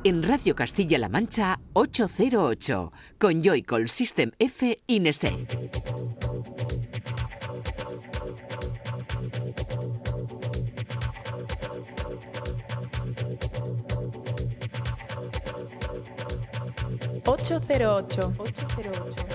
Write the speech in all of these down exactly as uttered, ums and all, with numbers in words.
en Radio Castilla-La Mancha ochocientos ocho, con Joycall System F y Nese. ochocientos ocho. ochocientos ocho.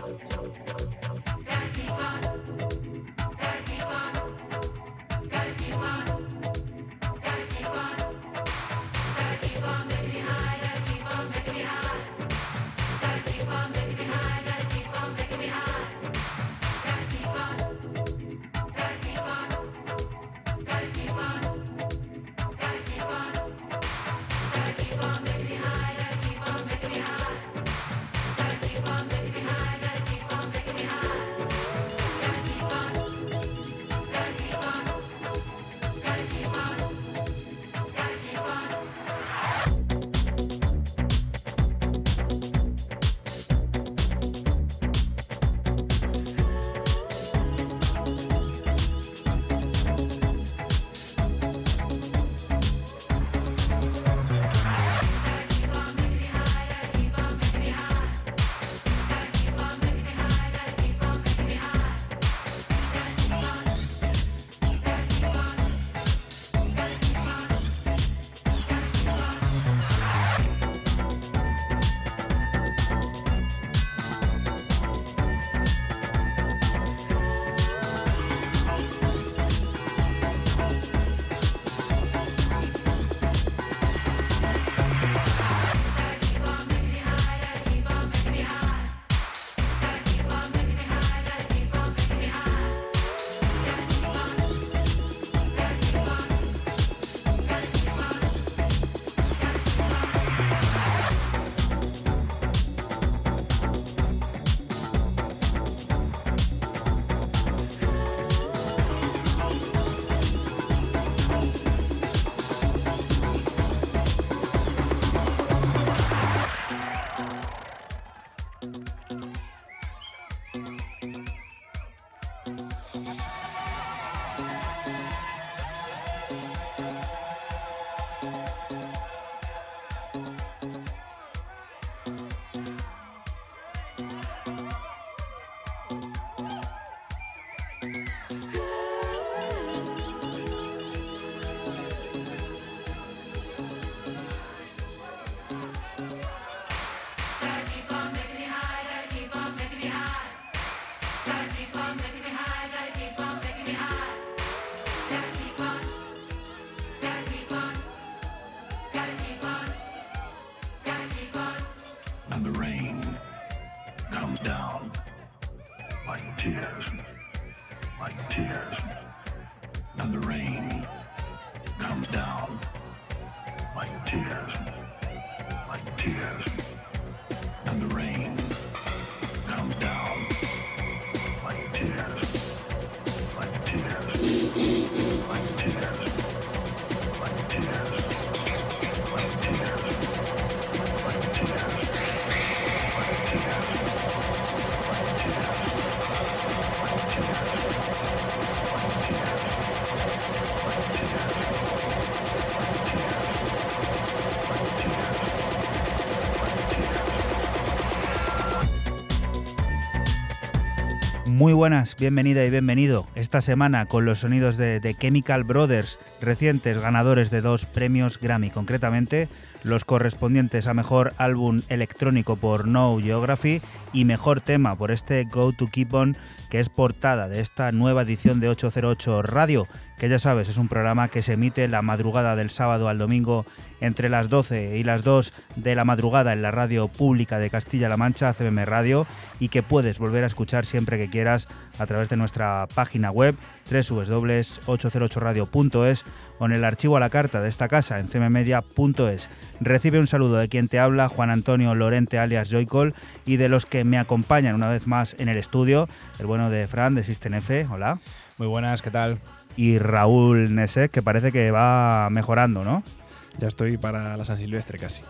Muy buenas, bienvenida y bienvenido esta semana con los sonidos de The Chemical Brothers, recientes ganadores de dos premios Grammy, concretamente los correspondientes a Mejor Álbum Electrónico por No Geography y Mejor Tema por este Go To Keep On, que es portada de esta nueva edición de ochocientos ocho Radio, que ya sabes es un programa que se emite la madrugada del sábado al domingo entre las doce y las dos de la madrugada en la radio pública de Castilla-La Mancha, C B M Radio, y que puedes volver a escuchar siempre que quieras a través de nuestra página web doble u doble u doble u punto ochocientos ocho radio punto es o en el archivo a la carta de esta casa en c m media punto es. Recibe un saludo de quien te habla, Juan Antonio Lorente alias Joycall, y de los que me acompañan una vez más en el estudio, el bueno de Fran de System F. Hola. Muy buenas, ¿qué tal? Y Raúl Nese, que parece que va mejorando, ¿no? Ya estoy para la San Silvestre casi.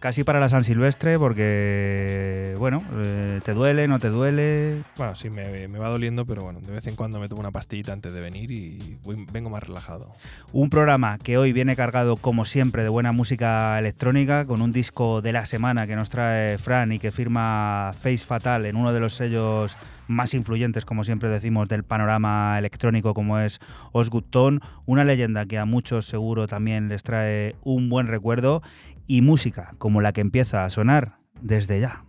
Casi para la San Silvestre, porque, bueno, eh, ¿te duele, no te duele? Bueno, sí, me, me va doliendo, pero bueno, de vez en cuando me tomo una pastillita antes de venir y voy, vengo más relajado. Un programa que hoy viene cargado, como siempre, de buena música electrónica, con un disco de la semana que nos trae Fran y que firma Face Fatal en uno de los sellos más influyentes, como siempre decimos, del panorama electrónico, como es Osgood Tone, una leyenda que a muchos seguro también les trae un buen recuerdo, y música como la que empieza a sonar desde ya.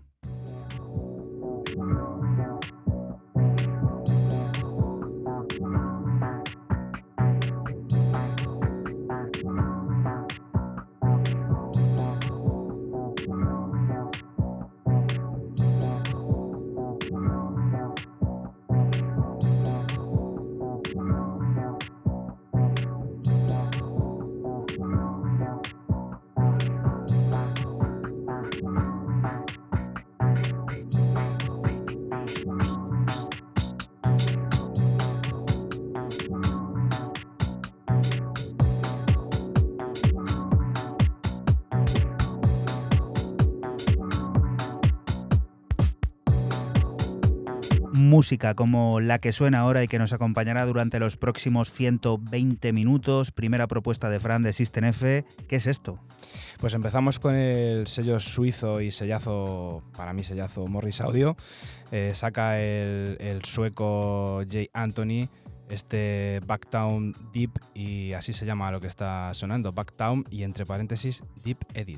Música como la que suena ahora y que nos acompañará durante los próximos ciento veinte minutos. Primera propuesta de Fran de System F. ¿Qué es esto? Pues empezamos con el sello suizo y sellazo, para mí sellazo, Morris Audio. Eh, saca el, el sueco Jay Anthony este Backtown Deep, y así se llama lo que está sonando, Backtown y entre paréntesis Deep Edit.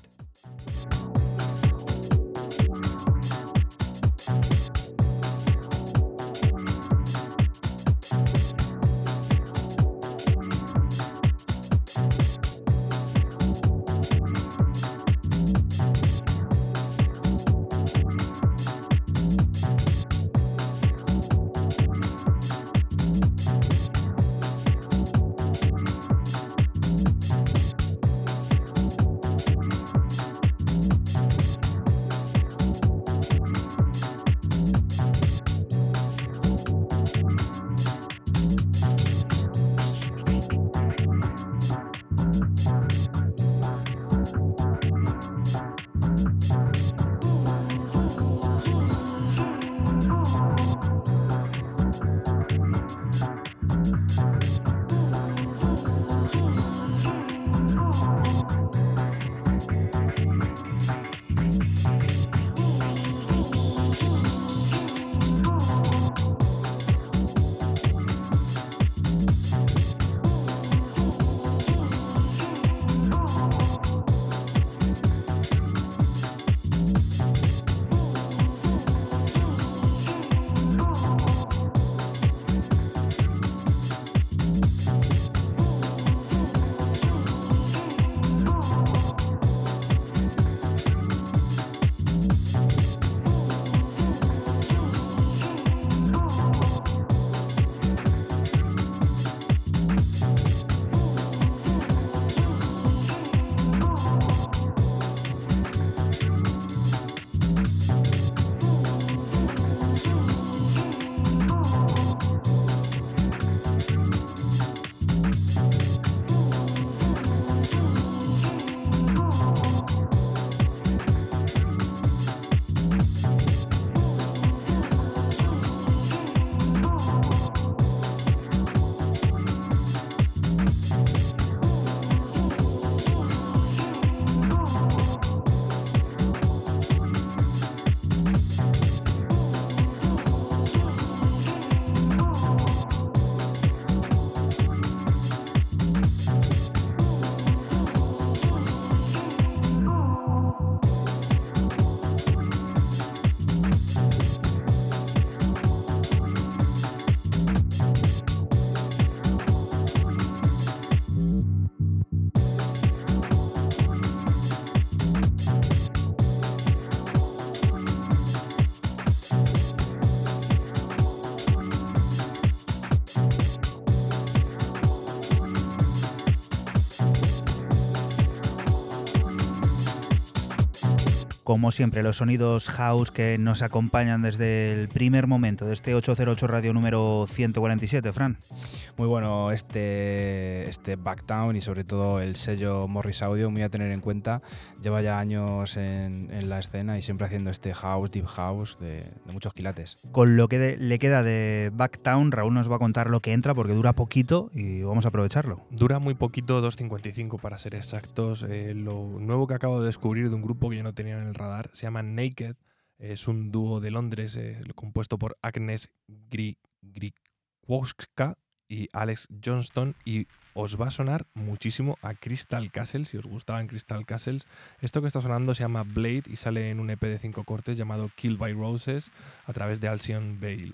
Como siempre, los sonidos house que nos acompañan desde el primer momento de este ochocientos ocho Radio número ciento cuarenta y siete, Fran. Muy bueno este, este Bucktown y sobre todo el sello Morris Audio, muy a tener en cuenta. Lleva ya años en, en la escena y siempre haciendo este house, deep house de, de muchos quilates. Con lo que de, le queda de Bucktown, Raúl nos va a contar lo que entra porque dura poquito y vamos a aprovecharlo. Dura muy poquito, dos cincuenta y cinco para ser exactos. Eh, lo nuevo que acabo de descubrir de un grupo que yo no tenía en el radar se llama Naked. Es un dúo de Londres eh, compuesto por Agnes Grikowska y Alex Johnston, y os va a sonar muchísimo a Crystal Castles, si os gustaban Crystal Castles. Esto que está sonando se llama Blade y sale en un E P de cinco cortes llamado Kill by Roses a través de Alcyon Vale.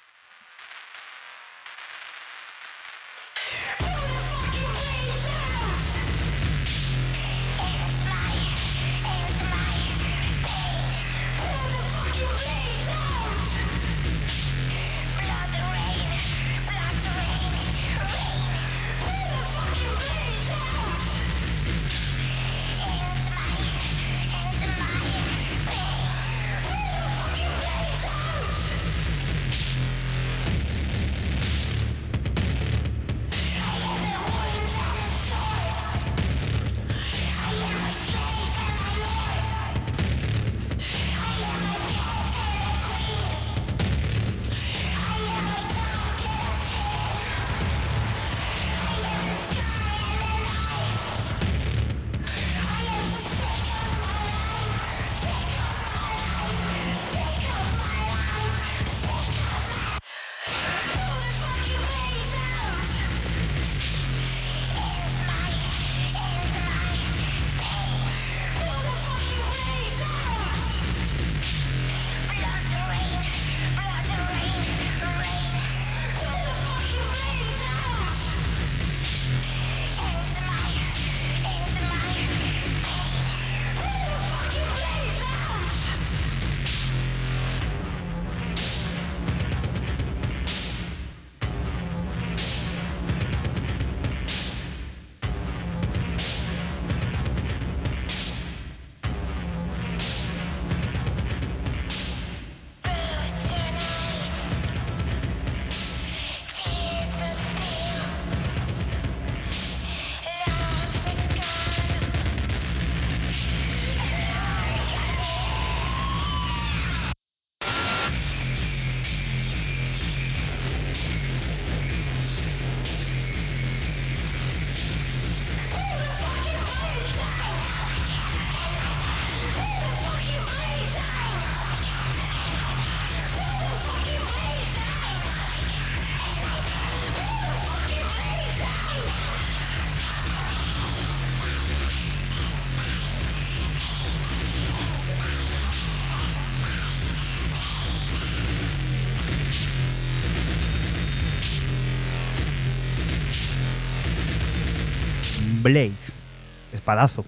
Blade, espadazo.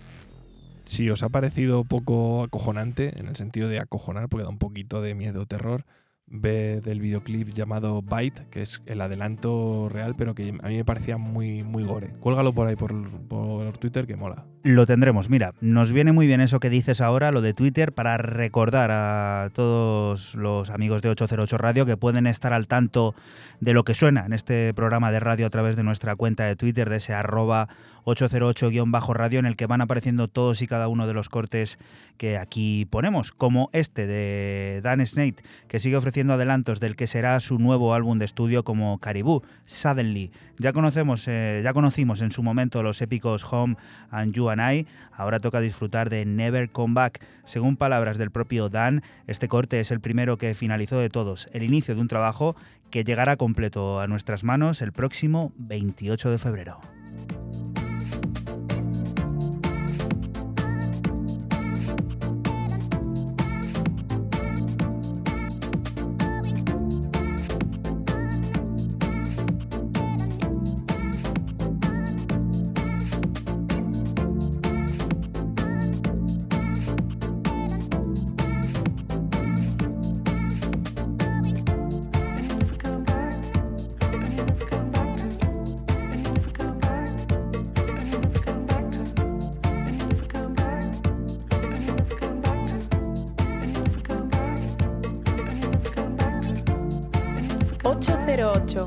Si os ha parecido poco acojonante, en el sentido de acojonar, porque da un poquito de miedo o terror, ve del videoclip llamado Bite, que es el adelanto real, pero que a mí me parecía muy, muy gore. Cuélgalo por ahí, por, por Twitter, que mola. Lo tendremos. Mira, nos viene muy bien eso que dices ahora, lo de Twitter, para recordar a todos los amigos de ochocientos ocho Radio que pueden estar al tanto de lo que suena en este programa de radio a través de nuestra cuenta de Twitter, de ese arroba ochocientos ocho guión bajo radio, en el que van apareciendo todos y cada uno de los cortes que aquí ponemos, como este de Dan Snate, que sigue ofreciendo adelantos del que será su nuevo álbum de estudio como Caribou, Suddenly. Ya conocemos, eh, ya conocimos en su momento los épicos Home and You and I, ahora toca disfrutar de Never Come Back. Según palabras del propio Dan, este corte es el primero que finalizó de todos, el inicio de un trabajo que llegará completo a nuestras manos el próximo veintiocho de febrero. Come back. ocho cero ocho.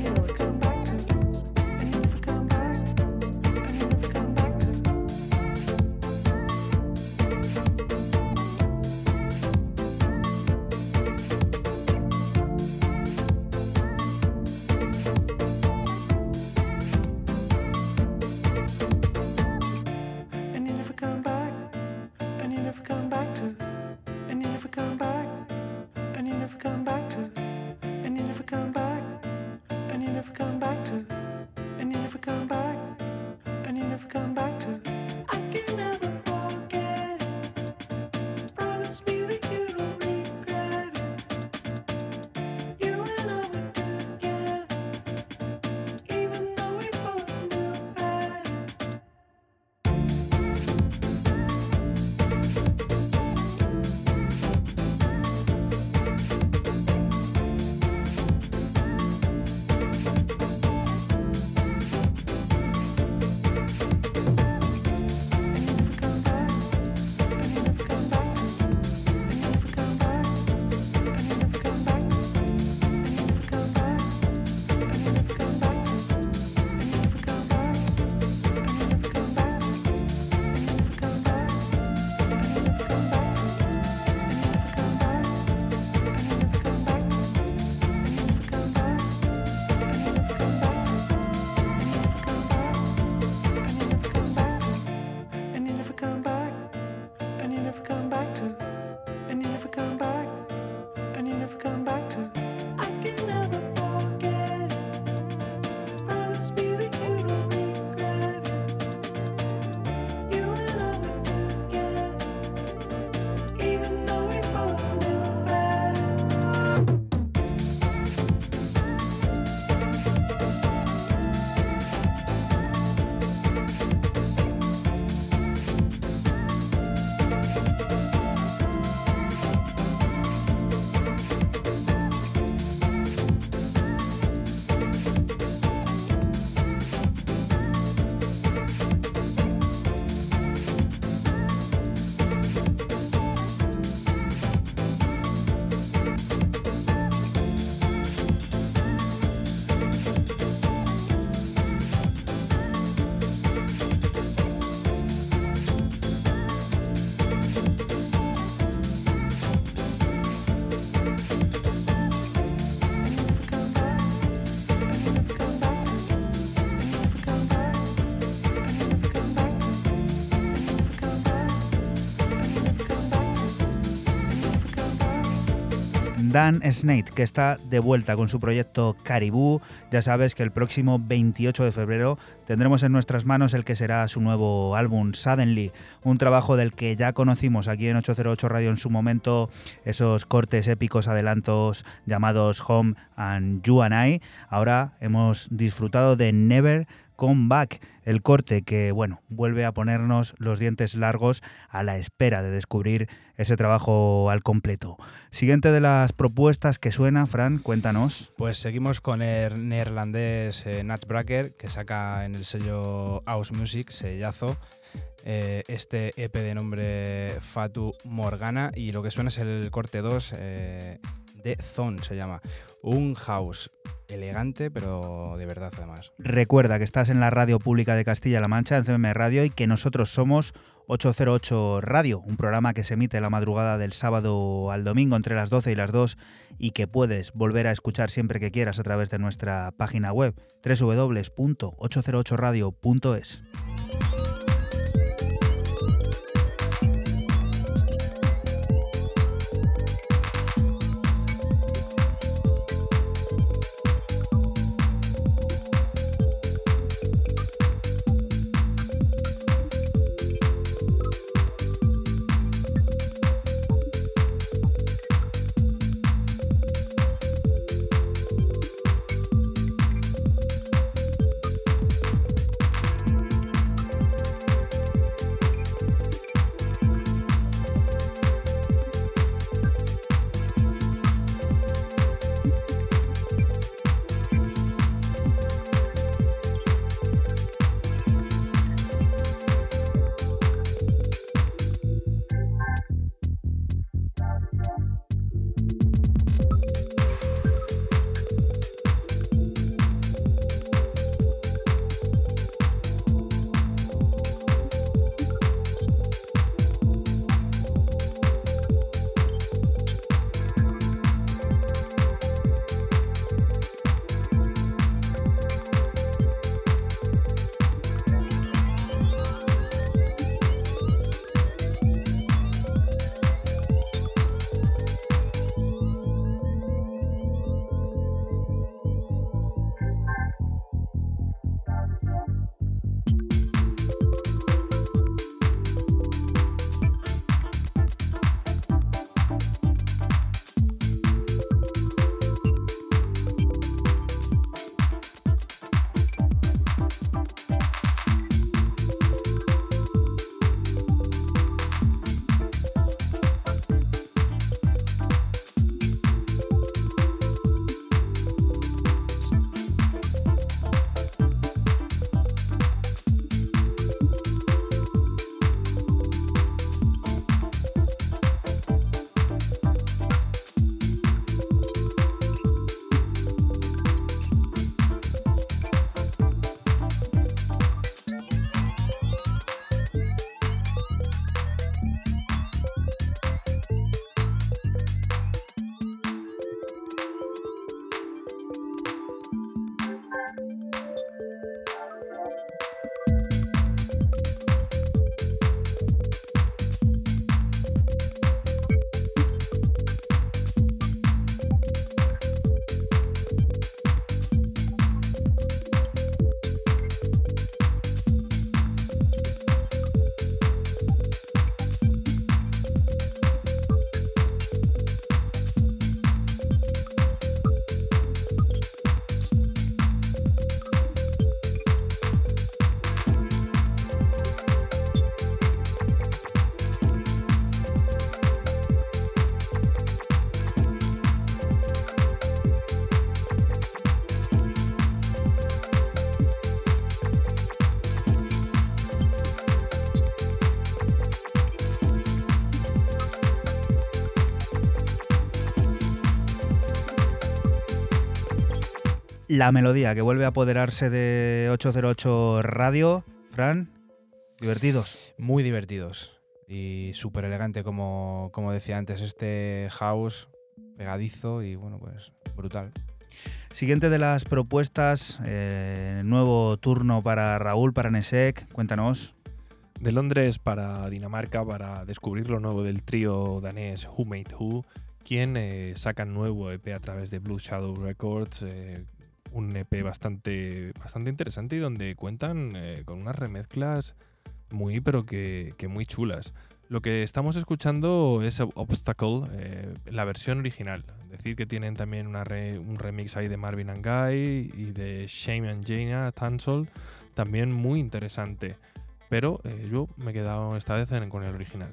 Dan Snate, que está de vuelta con su proyecto Caribou. Ya sabes que el próximo veintiocho de febrero tendremos en nuestras manos el que será su nuevo álbum Suddenly, un trabajo del que ya conocimos aquí en ocho cero ocho Radio en su momento, esos cortes épicos adelantos llamados Home and You and I. Ahora hemos disfrutado de Never Come Back, el corte que, bueno, vuelve a ponernos los dientes largos a la espera de descubrir ese trabajo al completo. Siguiente de las propuestas que suena, Fran, cuéntanos. Pues seguimos con el neerlandés eh, Nat Bracker, que saca en el sello House Music, sellazo, eh, este E P de nombre Fatu Morgana, y lo que suena es el corte dos eh, de Zone, se llama. Un house elegante, pero de verdad además. Recuerda que estás en la radio pública de Castilla-La Mancha, en C M M Radio, y que nosotros somos ocho cero ocho Radio, un programa que se emite la madrugada del sábado al domingo entre las doce y las dos y que puedes volver a escuchar siempre que quieras a través de nuestra página web doble u doble u doble u punto ocho cero ocho radio punto es. La melodía que vuelve a apoderarse de ocho cero ocho Radio. Fran, divertidos. Muy divertidos y súper elegante, como, como decía antes, este house pegadizo y bueno, pues brutal. Siguiente de las propuestas, eh, nuevo turno para Raúl, para Nesek, cuéntanos. De Londres para Dinamarca para descubrir lo nuevo del trío danés Who Made Who, quien eh, saca nuevo E P a través de Blue Shadow Records, eh, un E P bastante, bastante interesante y donde cuentan eh, con unas remezclas muy pero que, que muy chulas. Lo que estamos escuchando es Obstacle, eh, la versión original. Es decir, que tienen también una re, un remix ahí de Marvin and Guy y de Shame and Jaina Tansol, también muy interesante. Pero eh, yo me he quedado esta vez en, con el original.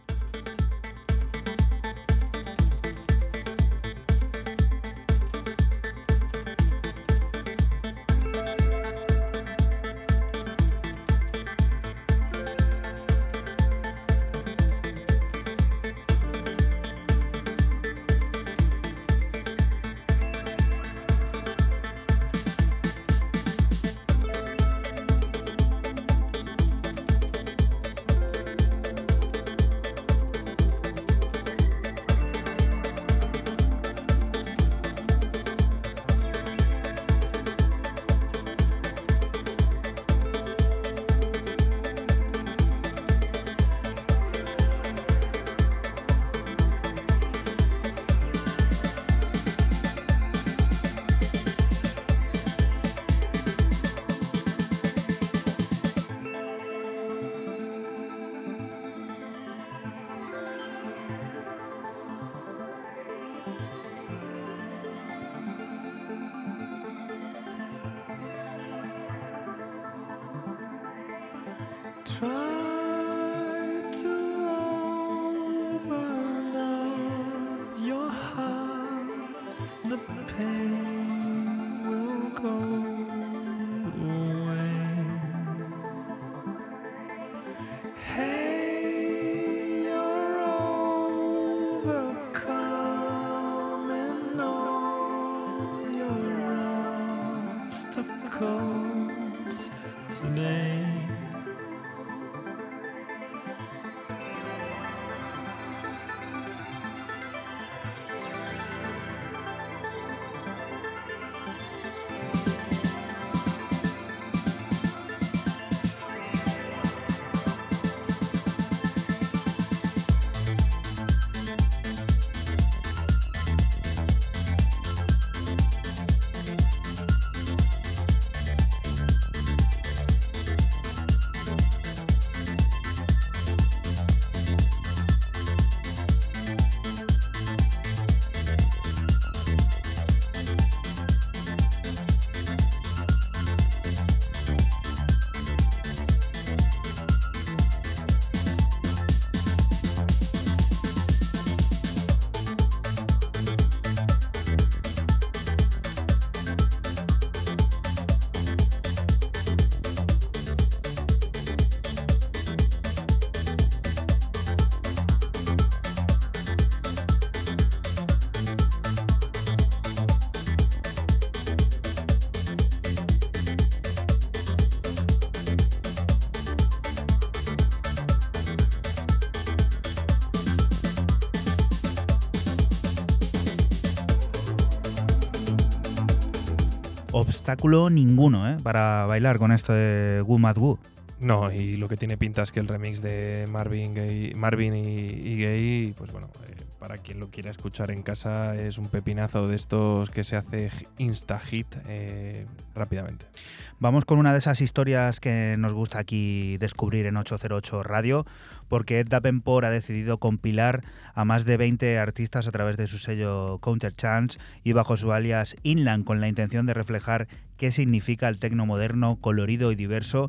Obstáculo ninguno, ¿eh? Para bailar con esto de Who Made Who. No, y lo que tiene pinta es que el remix de Marvin, Gaye, Marvin y, y Gaye, pues bueno, eh, para quien lo quiera escuchar en casa, es un pepinazo de estos que se hace insta-hit eh, rápidamente. Vamos con una de esas historias que nos gusta aquí descubrir en ocho cero ocho Radio, porque Ed Davenport ha decidido compilar a más de veinte artistas a través de su sello Counter Chance y bajo su alias Inland, con la intención de reflejar qué significa el tecno moderno, colorido y diverso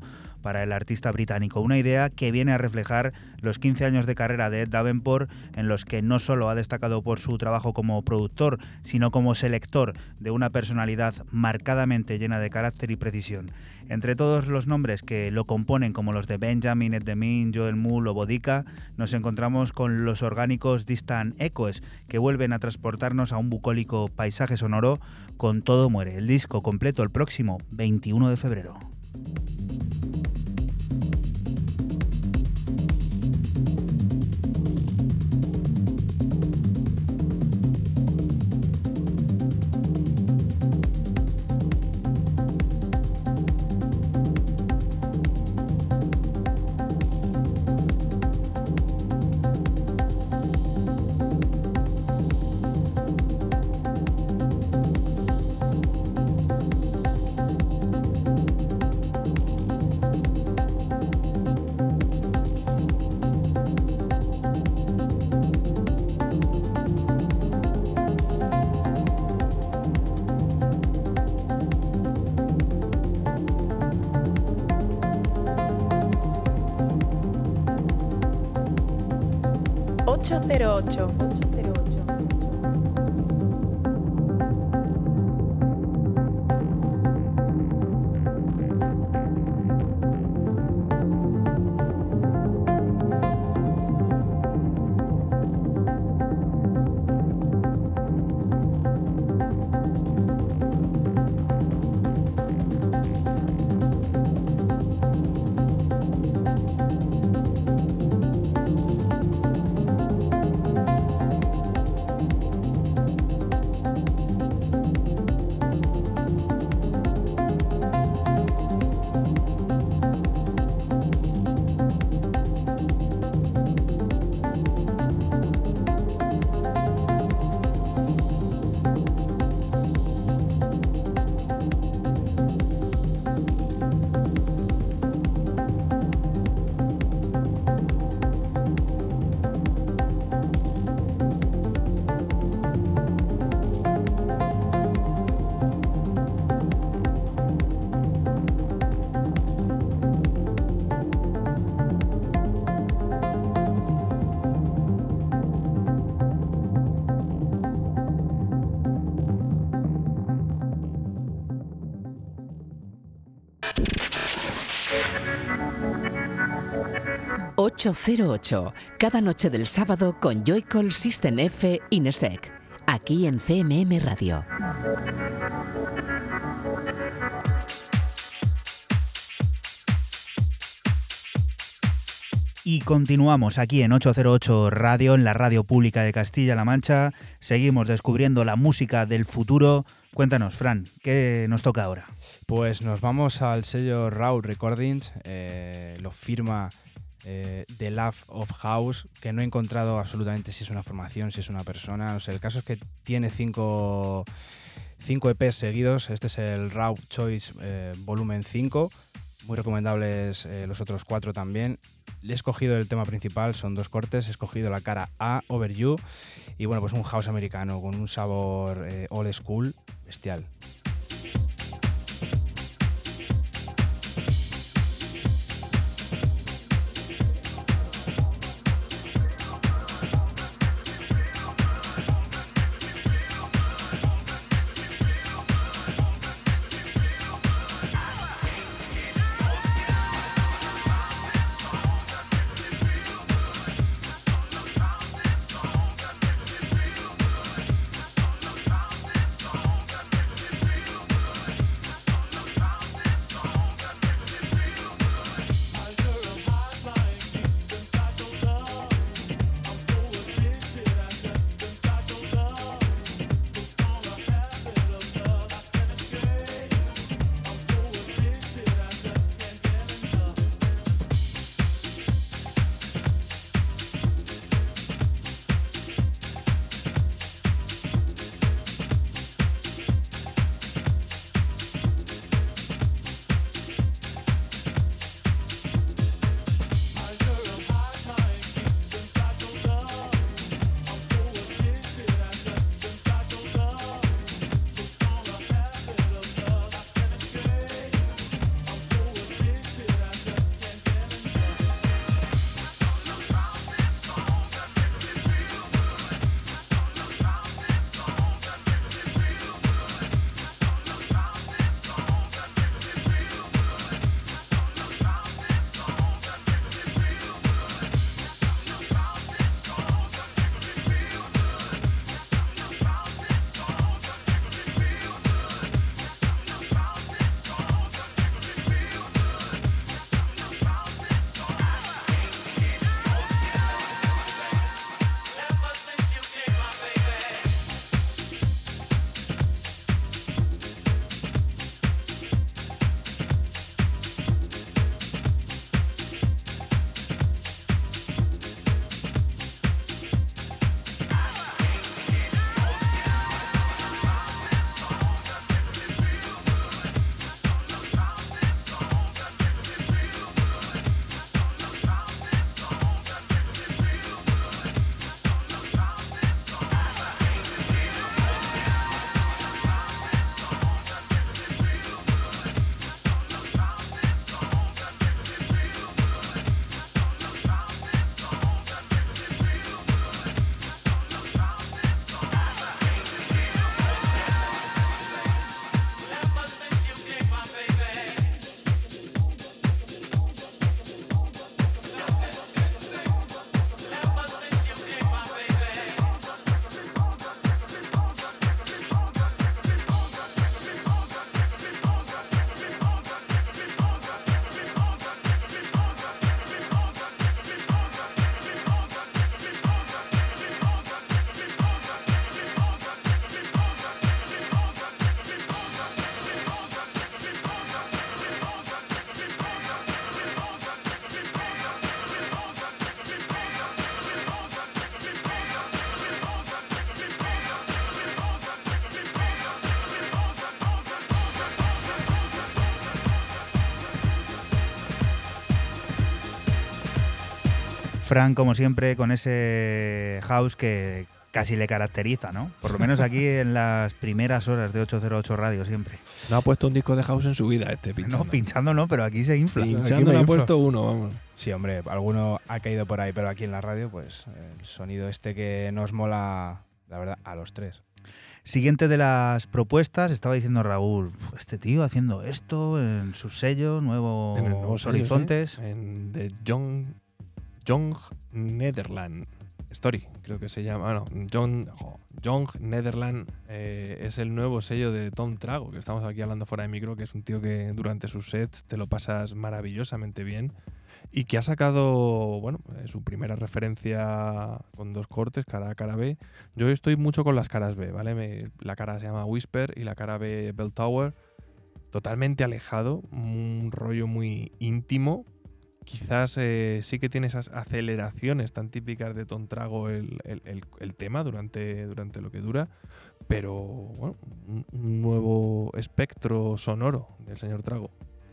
para el artista británico. Una idea que viene a reflejar los quince años de carrera de Ed Davenport, en los que no solo ha destacado por su trabajo como productor, sino como selector de una personalidad marcadamente llena de carácter y precisión. Entre todos los nombres que lo componen, como los de Benjamin, Ed Demin, Joel Mull o Bodica, nos encontramos con los orgánicos Distant Echoes, que vuelven a transportarnos a un bucólico paisaje sonoro con Todo muere. El disco completo el próximo veintiuno de febrero. ocho cero ocho. ocho cero ocho, cada noche del sábado con Joycall System F Inesec, aquí en C M M Radio. Y continuamos aquí en ocho cero ocho Radio, en la radio pública de Castilla-La Mancha. Seguimos descubriendo la música del futuro. Cuéntanos, Fran, ¿qué nos toca ahora? Pues nos vamos al sello Raw Recordings, eh, lo firma eh, The Love of House, que no he encontrado absolutamente si es una formación, si es una persona, no sé, el caso es que tiene cinco, cinco E Pes seguidos. Este es el Raw Choice eh, volumen cinco, muy recomendables eh, los otros cuatro también. Le he escogido el tema principal, son dos cortes, he escogido la cara A, Over You, y bueno, pues un house americano con un sabor eh, old school bestial. Fran, como siempre, con ese house que casi le caracteriza, ¿no? Por lo menos aquí en las primeras horas de ocho cero ocho Radio siempre. No ha puesto un disco de house en su vida este pinchando. No, pinchando no, pero aquí se infla. Pinchando le ha puesto uno, vamos. Sí, hombre, alguno ha caído por ahí, pero aquí en la radio, pues el sonido este que nos mola, la verdad, a los tres. Siguiente de las propuestas, estaba diciendo Raúl, este tío haciendo esto en su sello, Nuevos En el nuevo sello, Horizontes. ¿sí? En The Young, Young Netherland Story, creo que se llama. Ah, no, John, oh, Young Netherland eh, es el nuevo sello de Tom Trago, que estamos aquí hablando fuera de micro, que es un tío que durante sus sets te lo pasas maravillosamente bien y que ha sacado, bueno, eh, su primera referencia con dos cortes, cara A, cara B. Yo estoy mucho con las caras B, ¿vale? Me, la cara A se llama Whisper y la cara B Bell Tower. Totalmente alejado, un rollo muy íntimo. Quizás eh, sí que tiene esas aceleraciones tan típicas de Tom Trago el, el, el, el tema durante, durante lo que dura, pero bueno, un, un nuevo espectro sonoro del señor Trago.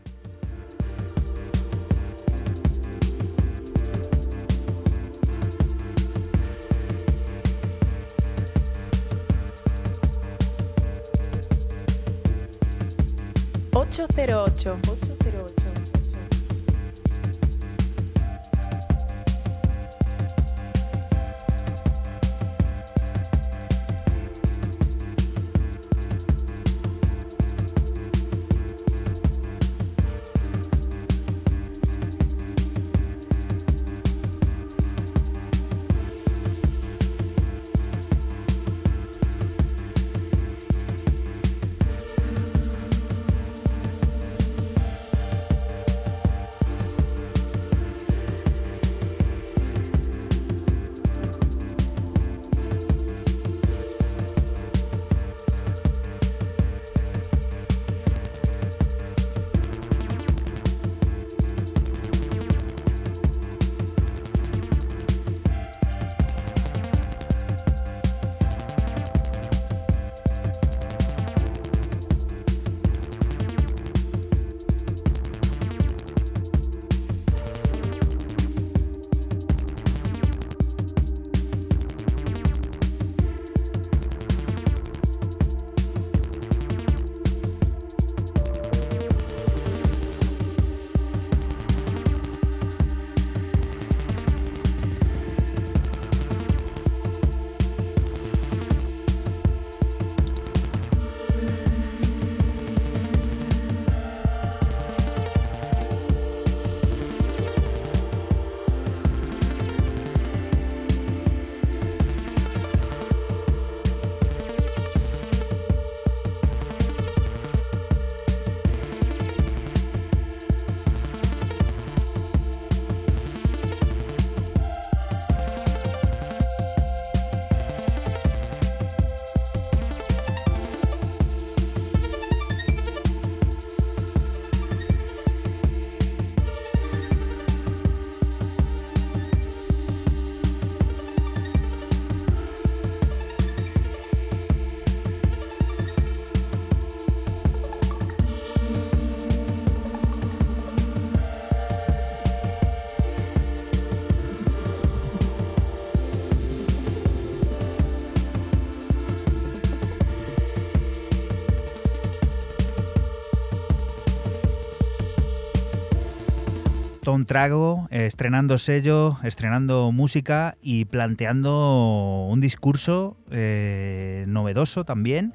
ocho cero ocho. ocho cero ocho. Tom Trago, eh, estrenando sello, estrenando música y planteando un discurso eh, novedoso también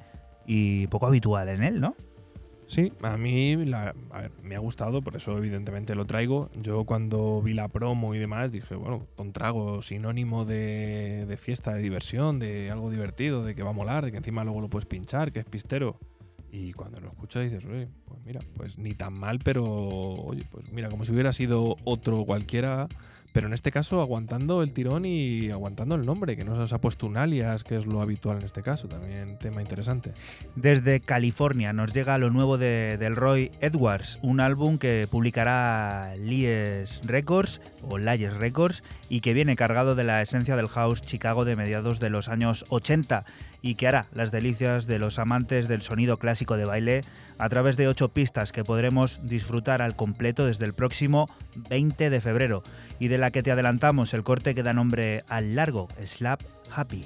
y poco habitual en él, ¿no? Sí, a mí la, a ver, me ha gustado, por eso evidentemente lo traigo. Yo cuando vi la promo y demás dije, bueno, Tom Trago, sinónimo de, de fiesta, de diversión, de algo divertido, de que va a molar, de que encima luego lo puedes pinchar, que es pistero. Y cuando lo escuchas dices, oye, pues mira, pues ni tan mal, pero oye, pues mira, como si hubiera sido otro cualquiera, pero en este caso aguantando el tirón y aguantando el nombre, que no se ha puesto un alias, que es lo habitual en este caso, también tema interesante. Desde California nos llega lo nuevo de Delroy Edwards, un álbum que publicará Lies Records o Lies Records y que viene cargado de la esencia del house Chicago de mediados de los años ochenta y que hará las delicias de los amantes del sonido clásico de baile a través de ocho pistas que podremos disfrutar al completo desde el próximo veinte de febrero y de la que te adelantamos el corte que da nombre al largo, Slap Happy.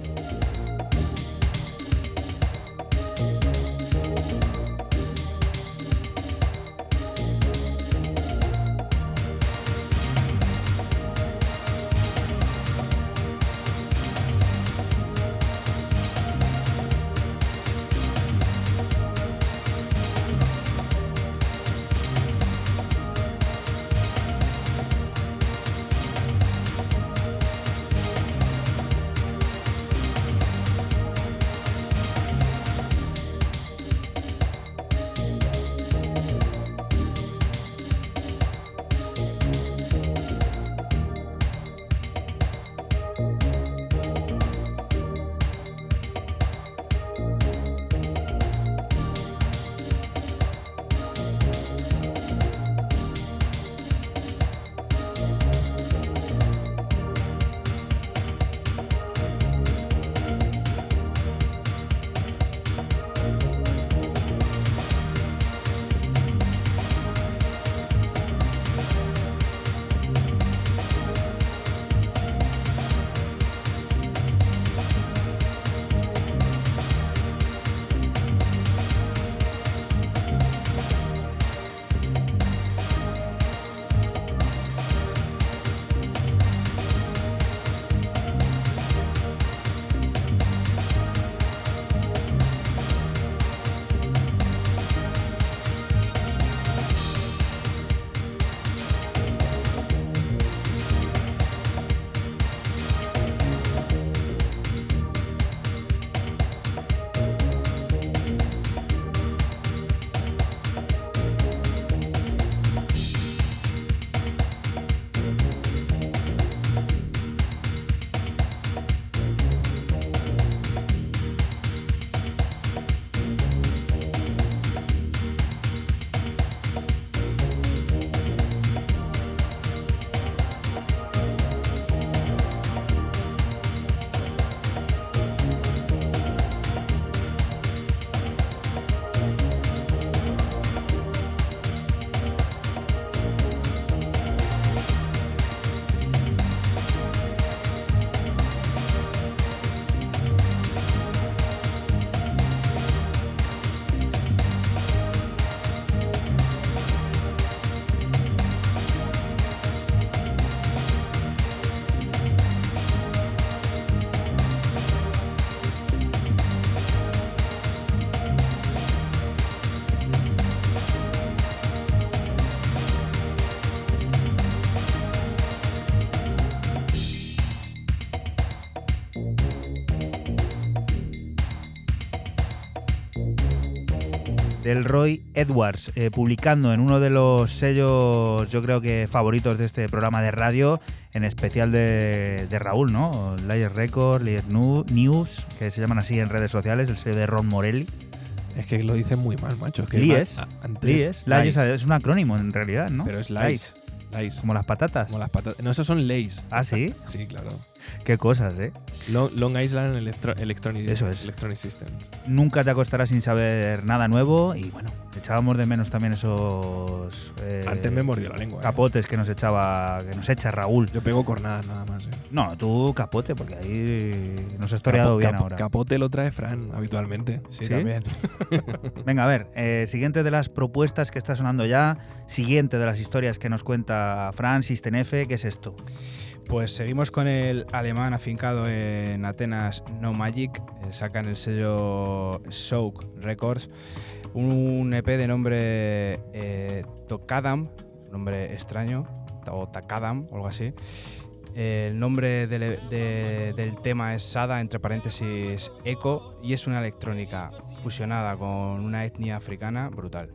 del Roy Edwards, eh, publicando en uno de los sellos, yo creo que favoritos de este programa de radio, en especial de, de Raúl, ¿no? Layer Records, Layer News, que se llaman así en redes sociales, el sello de Ron Morelli. Es que lo dicen muy mal, macho. Es que Lies, ma- antes, Lies, Lies es un acrónimo en realidad, ¿no? Pero es Lies. Lies. Como las patatas. Como las patatas. No, esos son Lays. ¿Ah, sí? Sí, claro. Qué cosas, ¿eh? Long, Long Island Electro, Electronic, Eso es. Electronic Systems. Nunca te acostarás sin saber nada nuevo y bueno, echábamos de menos también esos eh, Antes me mordió la lengua. capotes eh. que nos echaba, que nos echa Raúl. Yo pego cornadas nada más. ¿eh? No, tú capote, porque ahí nos has toreado Capo, bien capo, ahora. Capote lo trae Fran habitualmente. Sí, ¿Sí? también. Venga, a ver, eh, siguiente de las propuestas que está sonando ya, siguiente de las historias que nos cuenta Fran, System F, ¿qué es esto? Pues seguimos con el alemán afincado en Atenas, No Magic. Eh, sacan el sello Soak Records un E P de nombre eh, Tokadam, nombre extraño, o Takadam o algo así. Eh, el nombre del, de, del tema es Sada, entre paréntesis Eco, y es una electrónica fusionada con una etnia africana brutal.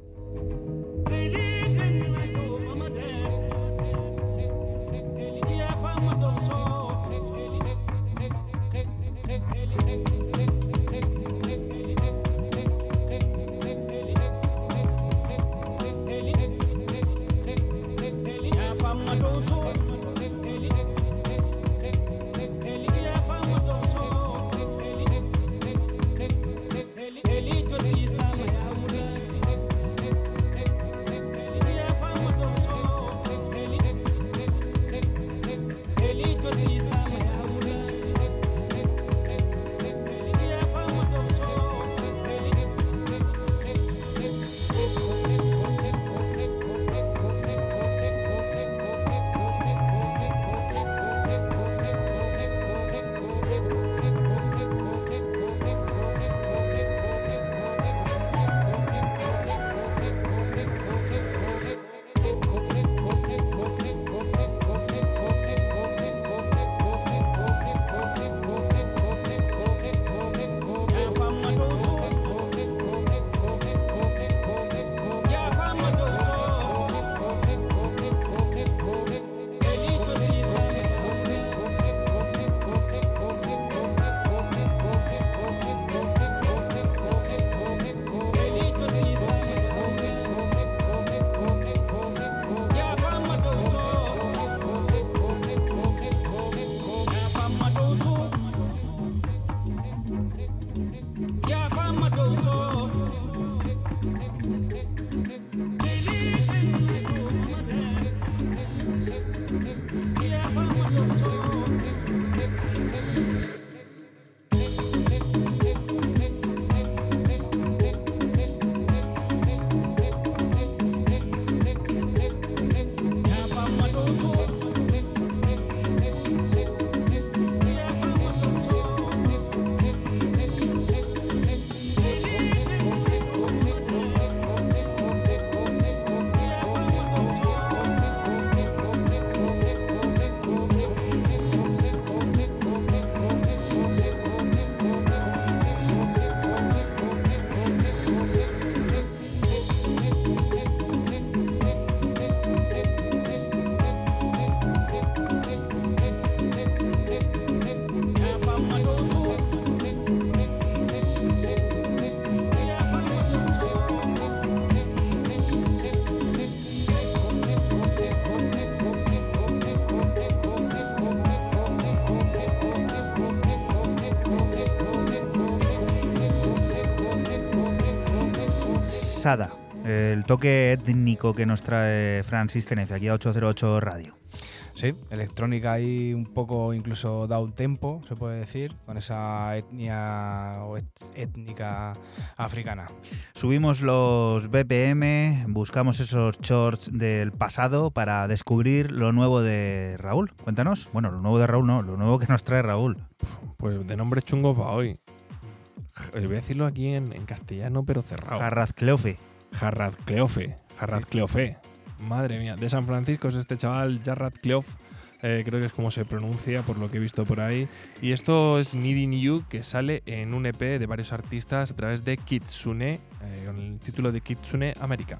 pesada, el toque étnico que nos trae Fran System F aquí a ocho cero ocho Radio. Sí, electrónica ahí un poco incluso down tempo, se puede decir, con esa etnia o et- étnica africana. Subimos los B P M, buscamos esos shorts del pasado para descubrir lo nuevo de Raúl. Cuéntanos. Bueno, lo nuevo de Raúl no, lo nuevo que nos trae Raúl. Pues de nombre chungo para hoy. Voy a decirlo aquí en, en castellano, pero cerrado. Jarrazcleofe. Jarrazcleofe. Jarrazcleofe. Madre mía, de San Francisco es este chaval, Jarrazcleof, eh, creo que es como se pronuncia por lo que he visto por ahí. Y esto es Needing You, que sale en un E P de varios artistas a través de Kitsune, eh, con el título de Kitsune America.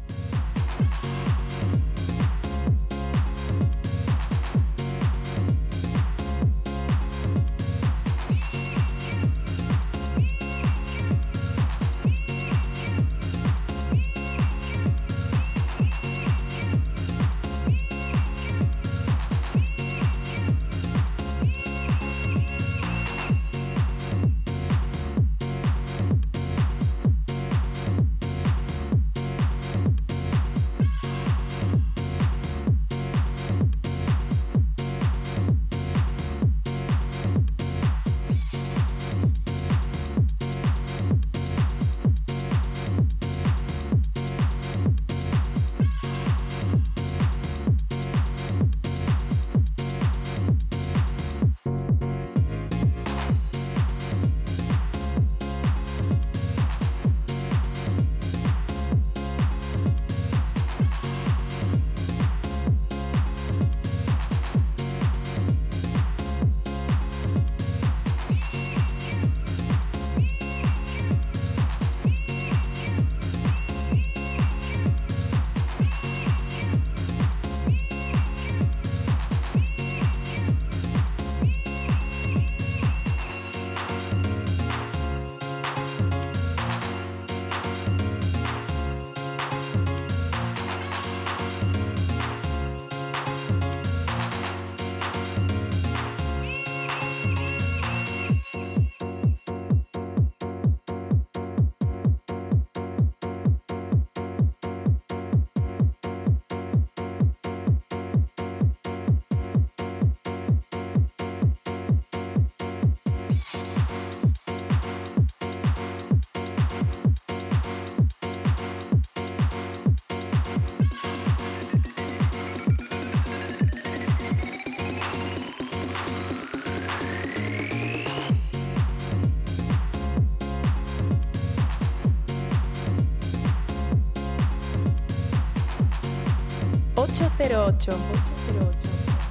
ocho cero ocho. ocho cero ocho.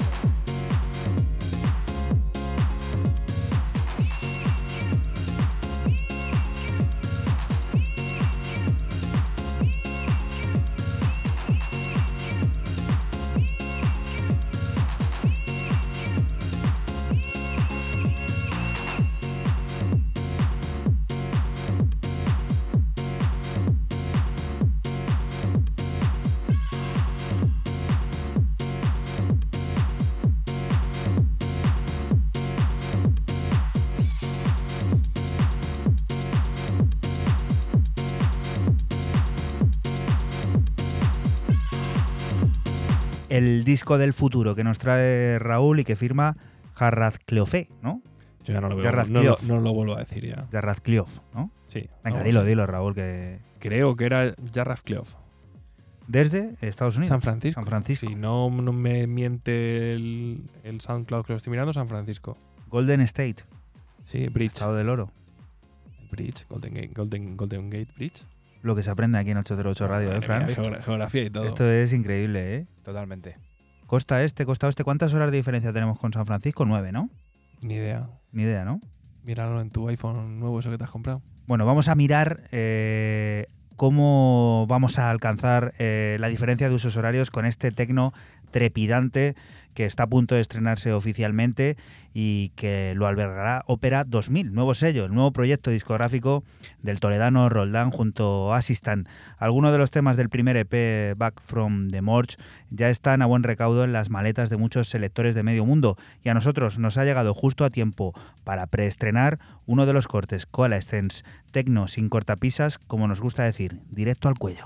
El disco del futuro que nos trae Raúl y que firma Jarrazcleofe, ¿no? Yo ya no lo veo, no, Jarrazcleof. lo- no lo vuelvo a decir ya. Jarrazcleof, ¿no? Sí. Venga, no, dilo, sí. dilo, Raúl, que Creo que era Jarrazcleof. desde Estados Unidos. San Francisco. San Francisco. Si no, no me miente el, el SoundCloud que lo estoy mirando, San Francisco. Golden State, Sí, Bridge. Estado del Oro. El Bridge, Golden Gate, Golden, Golden Gate Bridge. Lo que se aprende aquí en ocho cero ocho Radio, ¿eh, Madre Fran? mía, geogra- geografía y todo. Esto es increíble, ¿eh? Totalmente. Costa este, costa oeste. ¿Cuántas horas de diferencia tenemos con San Francisco? Nueve, ¿no? Ni idea. Ni idea, ¿no? Míralo en tu iPhone nuevo, eso que te has comprado. Bueno, vamos a mirar eh, cómo vamos a alcanzar eh, la diferencia de usos horarios con este tecno trepidante que está a punto de estrenarse oficialmente y que lo albergará Opera dos mil, nuevo sello, el nuevo proyecto discográfico del toledano Roldán junto a Assistant. Algunos de los temas del primer E P Back from the Morgue ya están a buen recaudo en las maletas de muchos selectores de medio mundo y a nosotros nos ha llegado justo a tiempo para preestrenar uno de los cortes, Coalescence, tecno sin cortapisas, como nos gusta decir, directo al cuello.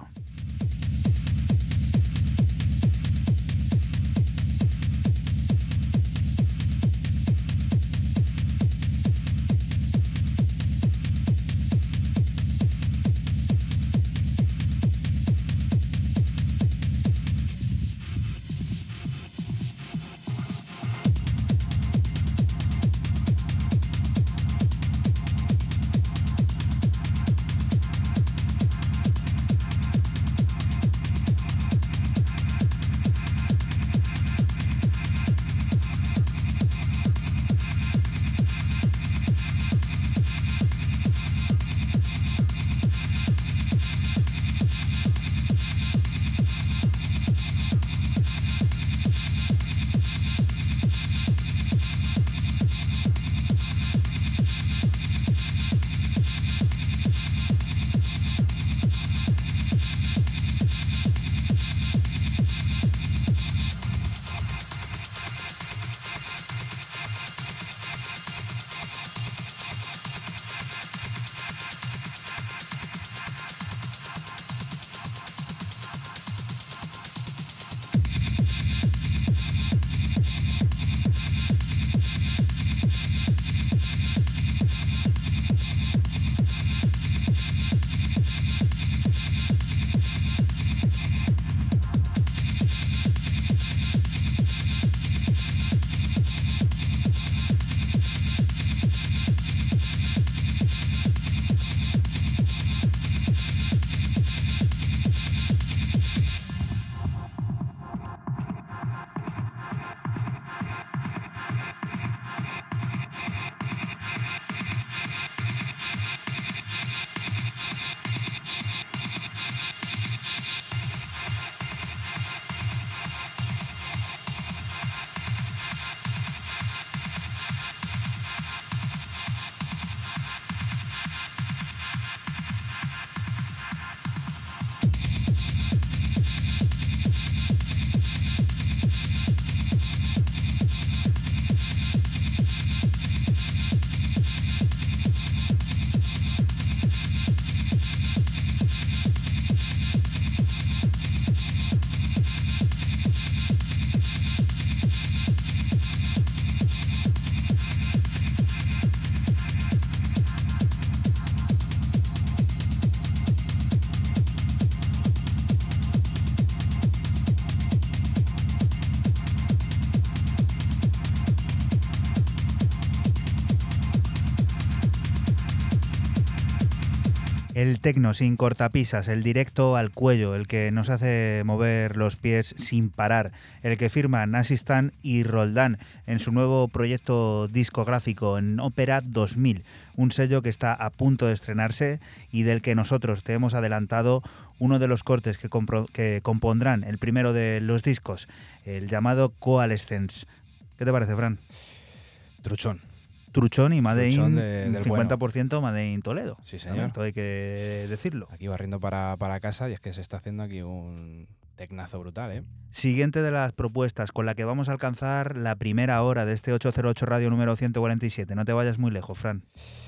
El tecno sin cortapisas, el directo al cuello, el que nos hace mover los pies sin parar, el que firman Assistant y Roldán en su nuevo proyecto discográfico en Opera dos mil, un sello que está a punto de estrenarse y del que nosotros te hemos adelantado uno de los cortes que, compro- que compondrán el primero de los discos, el llamado Coalescence. ¿Qué te parece, Fran? Truchón. Truchón y Made Truchón in de- del cincuenta por ciento Made in Toledo. Sí, señor. También, todo hay que decirlo. Aquí barriendo para, para casa y es que se está haciendo aquí un tecnazo brutal, ¿eh? Siguiente de las propuestas con la que vamos a alcanzar la primera hora de este ocho cero ocho Radio número ciento cuarenta y siete. No te vayas muy lejos, Fran.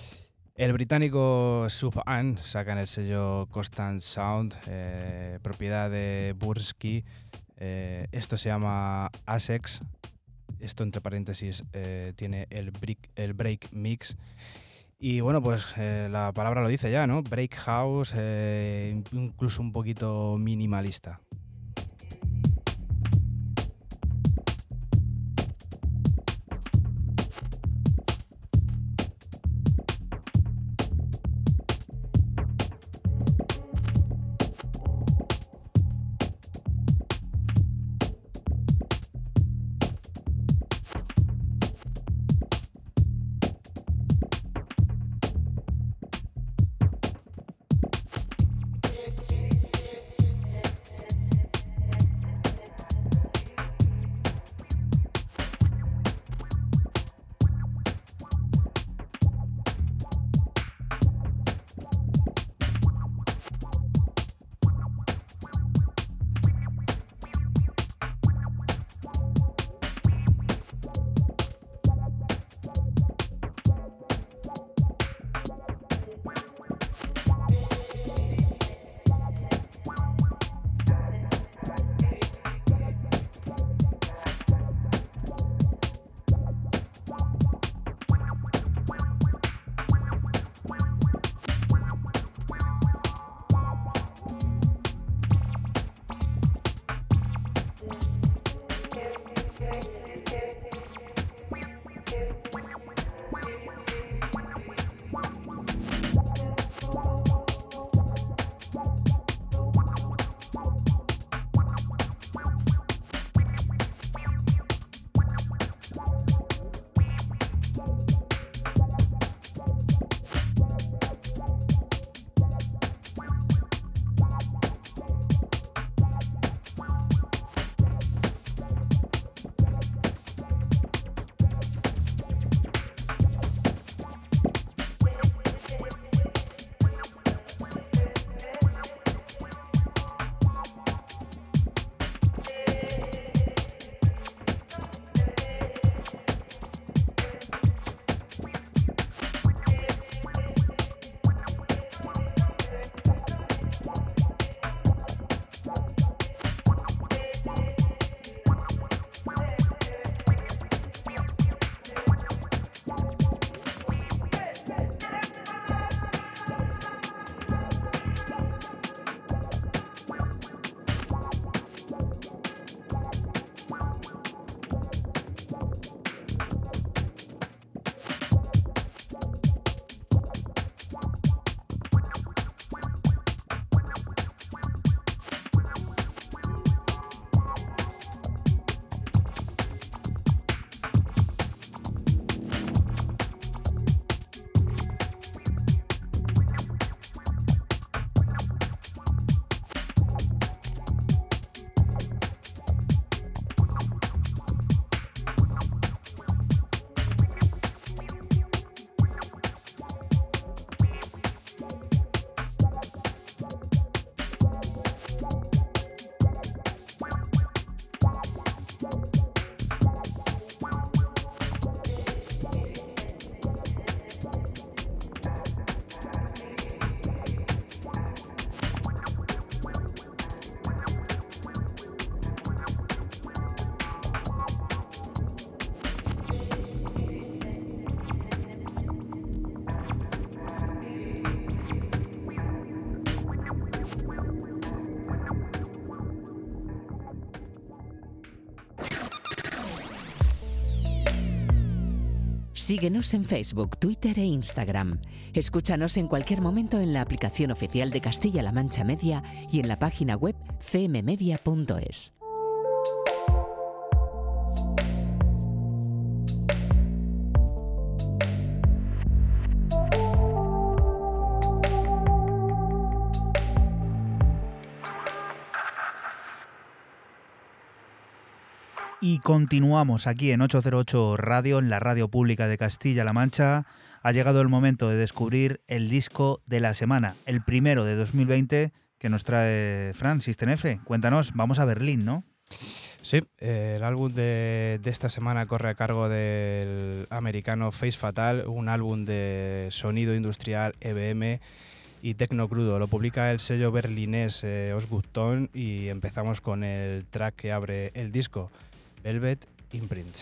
El británico Sub-An saca en el sello Constant Sound, eh, propiedad de Bursky. Eh, esto se llama Asex. Esto, entre paréntesis, eh, tiene el break, el break mix. Y bueno, pues eh, la palabra lo dice ya, ¿no? Break house, eh, incluso un poquito minimalista. Síguenos en Facebook, Twitter e Instagram. Escúchanos en cualquier momento en la aplicación oficial de Castilla-La Mancha Media y en la página web c m media punto es. Y continuamos aquí en ochocientos ocho Radio, en la radio pública de Castilla-La Mancha. Ha llegado el momento de descubrir el disco de la semana, el primero de dos mil veinte que nos trae Fran, System F. Cuéntanos, vamos a Berlín, ¿no? Sí, eh, el álbum de, de esta semana corre a cargo del americano Face Fatal, un álbum de sonido industrial, E B M y tecno crudo. Lo publica el sello berlinés eh, Osgutton y empezamos con el track que abre el disco, Velvet Imprints.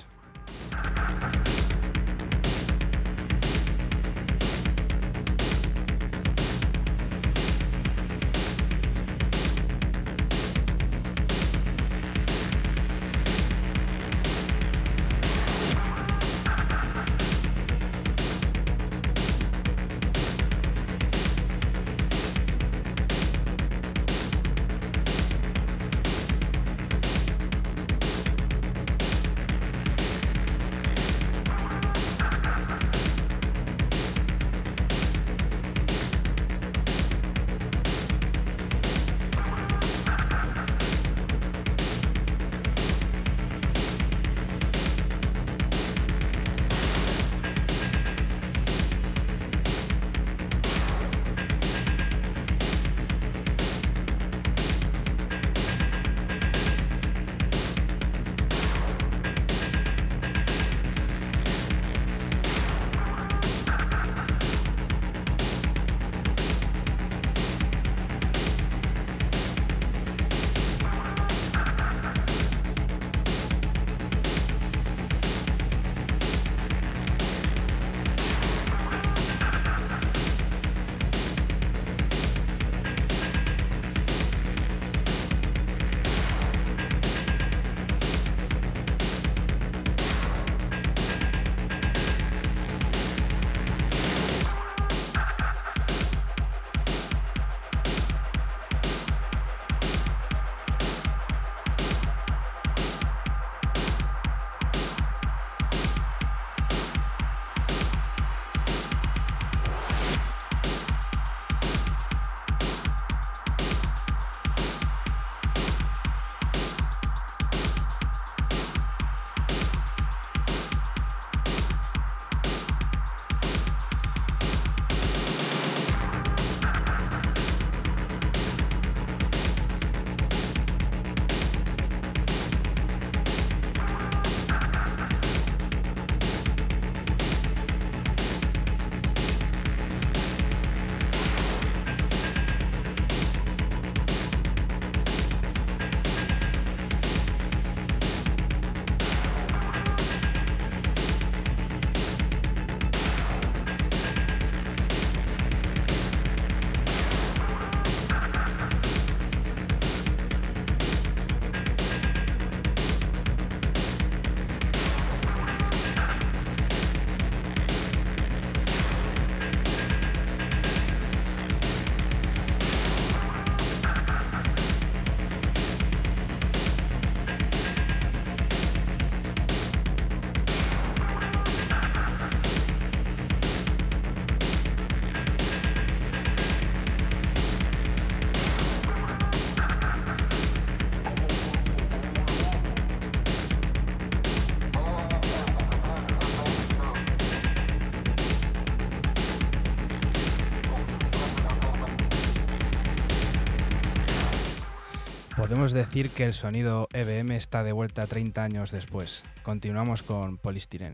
Podemos decir que el sonido E B M está de vuelta treinta años después. Continuamos con Polystyrene.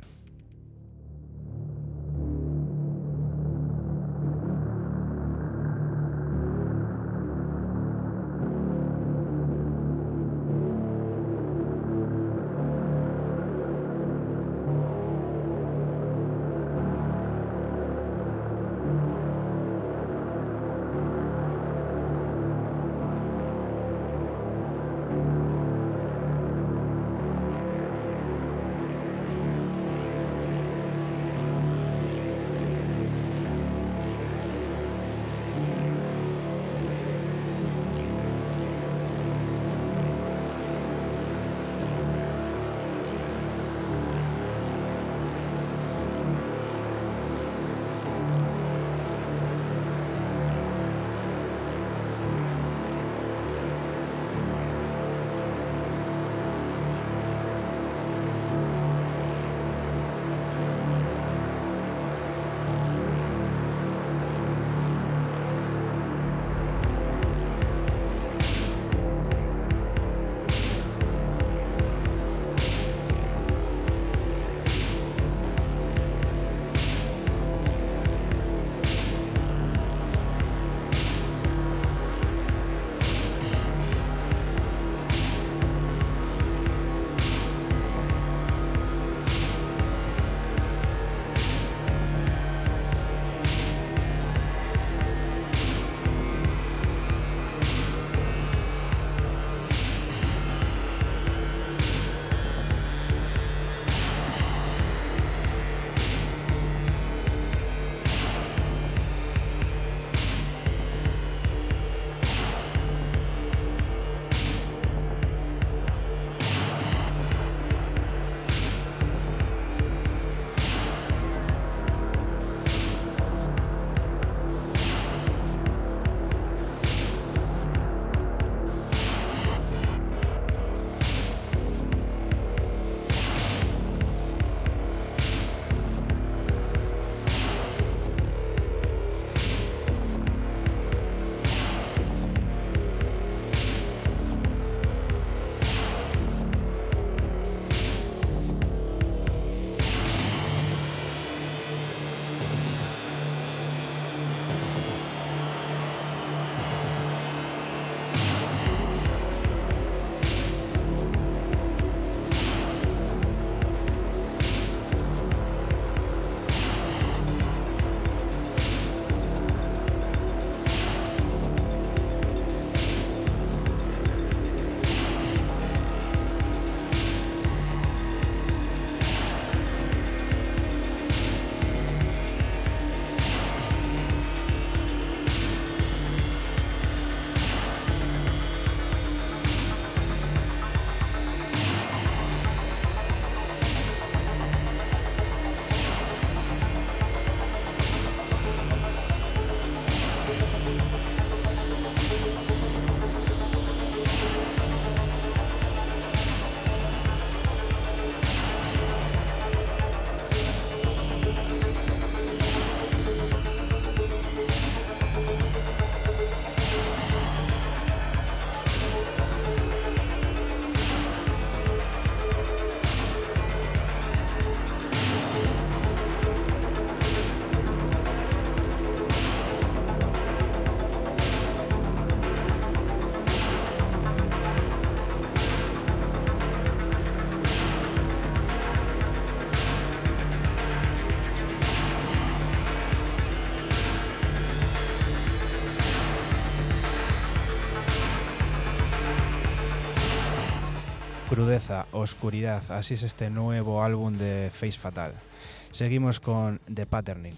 Crudeza, oscuridad, así es este nuevo álbum de Face Fatal. Seguimos con The Patterning.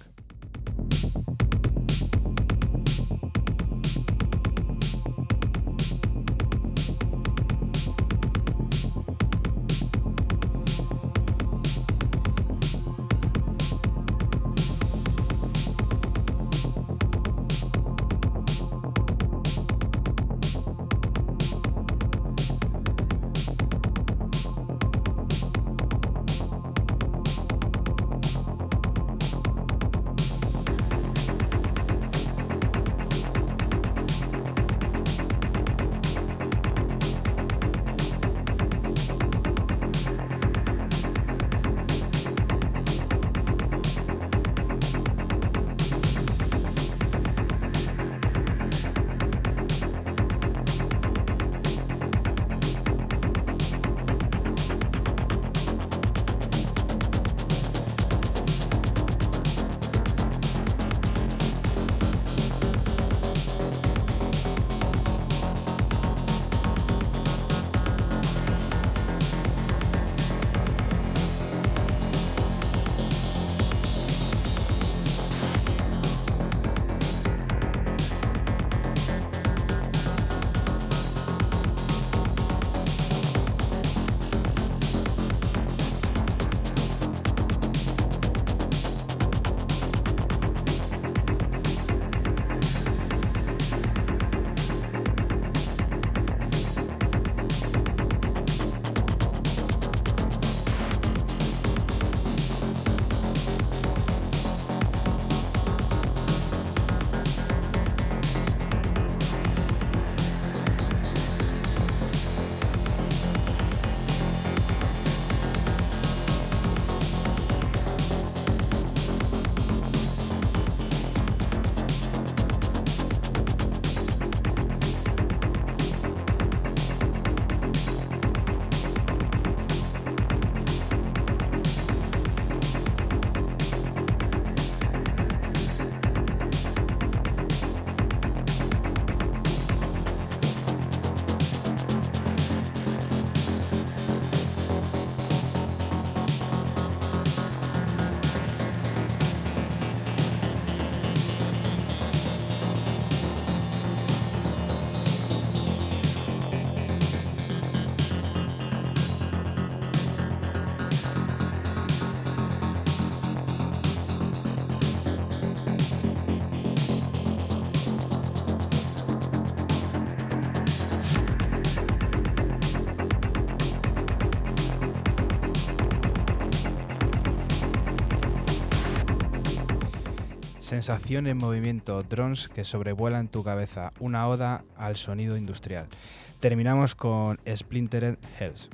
Sensación en movimiento, drones que sobrevuelan tu cabeza, una oda al sonido industrial. Terminamos con Splintered Hells.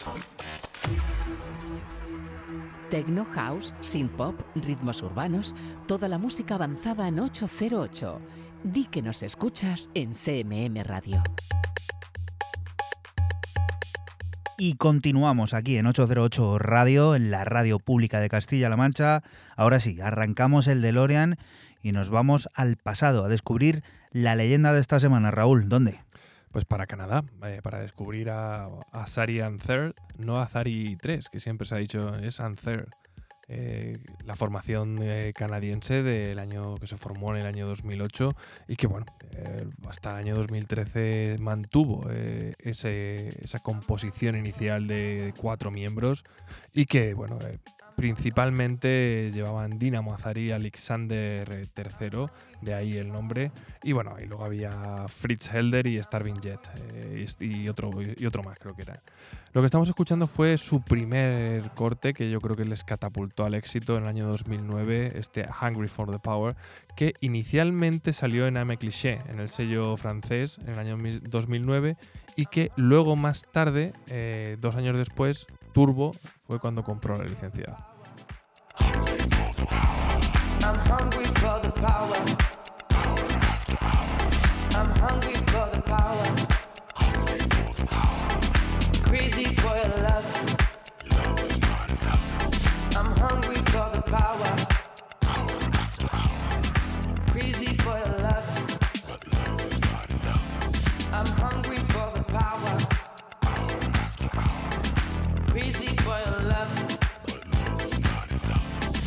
Techno, house, synth-pop, ritmos urbanos, toda la música avanzada en ocho cero ocho. Di que nos escuchas en C M M Radio. Y continuamos aquí en ocho cero ocho Radio, en la radio pública de Castilla-La Mancha. Ahora sí, arrancamos el DeLorean y nos vamos al pasado a descubrir la leyenda de esta semana. Raúl, ¿dónde? Pues para Canadá, eh, para descubrir a, a Zari and Third, no a Zari tres, que siempre se ha dicho es and Third. Eh, la formación eh, canadiense del año que se formó en el año dos mil ocho y que bueno eh, hasta el año dos mil trece mantuvo eh, ese, esa composición inicial de cuatro miembros y que bueno eh, principalmente llevaban Dynamo Azari y Alexander tercero, de ahí el nombre, y bueno, y luego había Fritz Helder y Starving Jet eh, y, otro, y otro más creo que era. Lo que estamos escuchando fue su primer corte, que yo creo que les catapultó al éxito en el año dos mil nueve, este Hungry for the Power, que inicialmente salió en Ame Cliché, en el sello francés, en el año dos mil nueve, y que luego más tarde, eh, dos años después, Turbo fue cuando compró la licencia. I'm hungry for the power. Power after hours. I'm hungry for the power. Hungry for the power. Crazy for your love. Love is not enough. I'm hungry for the power. Power after hours. Crazy for your love. But love is not enough. I'm hungry for the power. Power after hours. Crazy for your love. But love is not enough.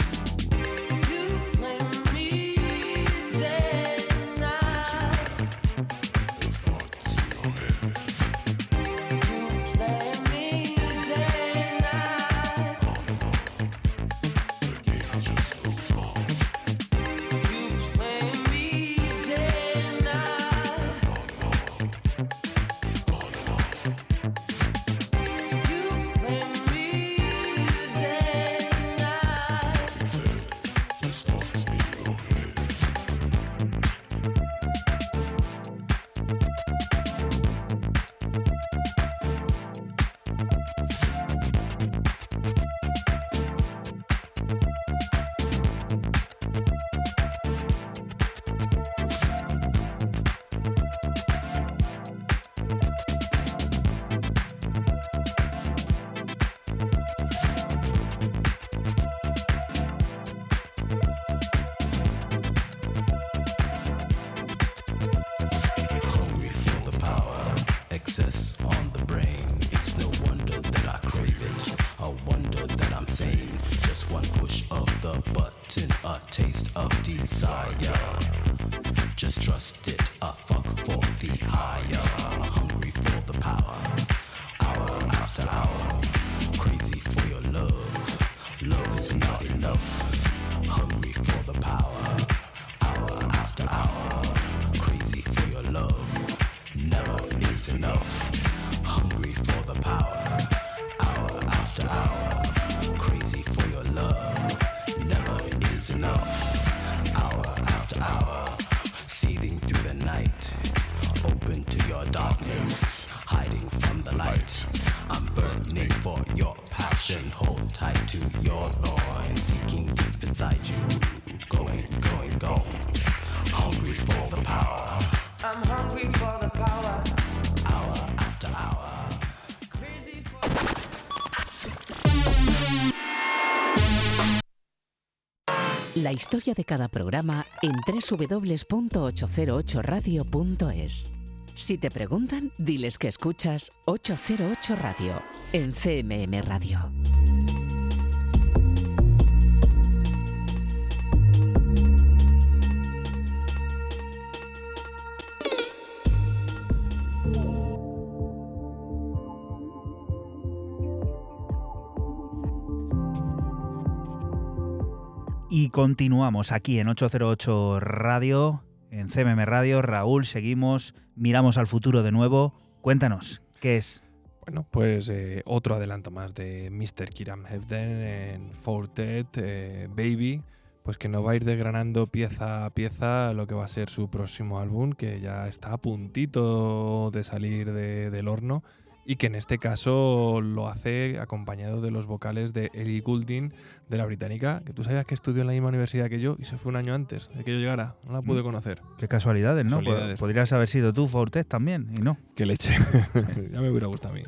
La historia de cada programa en doble u doble u doble u punto ocho cero ocho radio punto es. Si te preguntan, diles que escuchas ocho cero ocho Radio en C M M Radio. Y continuamos aquí en ocho cero ocho Radio, en C M M Radio. Raúl, seguimos, miramos al futuro de nuevo. Cuéntanos, ¿qué es? Bueno, pues eh, otro adelanto más de mister Kiram Hebden en Fortet, eh, Baby, pues que nos va a ir desgranando pieza a pieza lo que va a ser su próximo álbum, que ya está a puntito de salir de, del horno y que en este caso lo hace acompañado de los vocales de Ellie Goulding, de la británica, que tú sabías que estudió en la misma universidad que yo y se fue un año antes de que yo llegara. No la pude conocer. Qué casualidades, ¿no? Casualidades. Podrías haber sido tú, Fortet, también, y no. Qué leche. Ya me hubiera gustado a mí.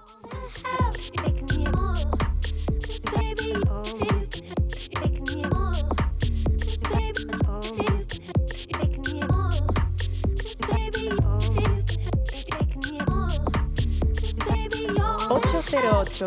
ocho cero ocho.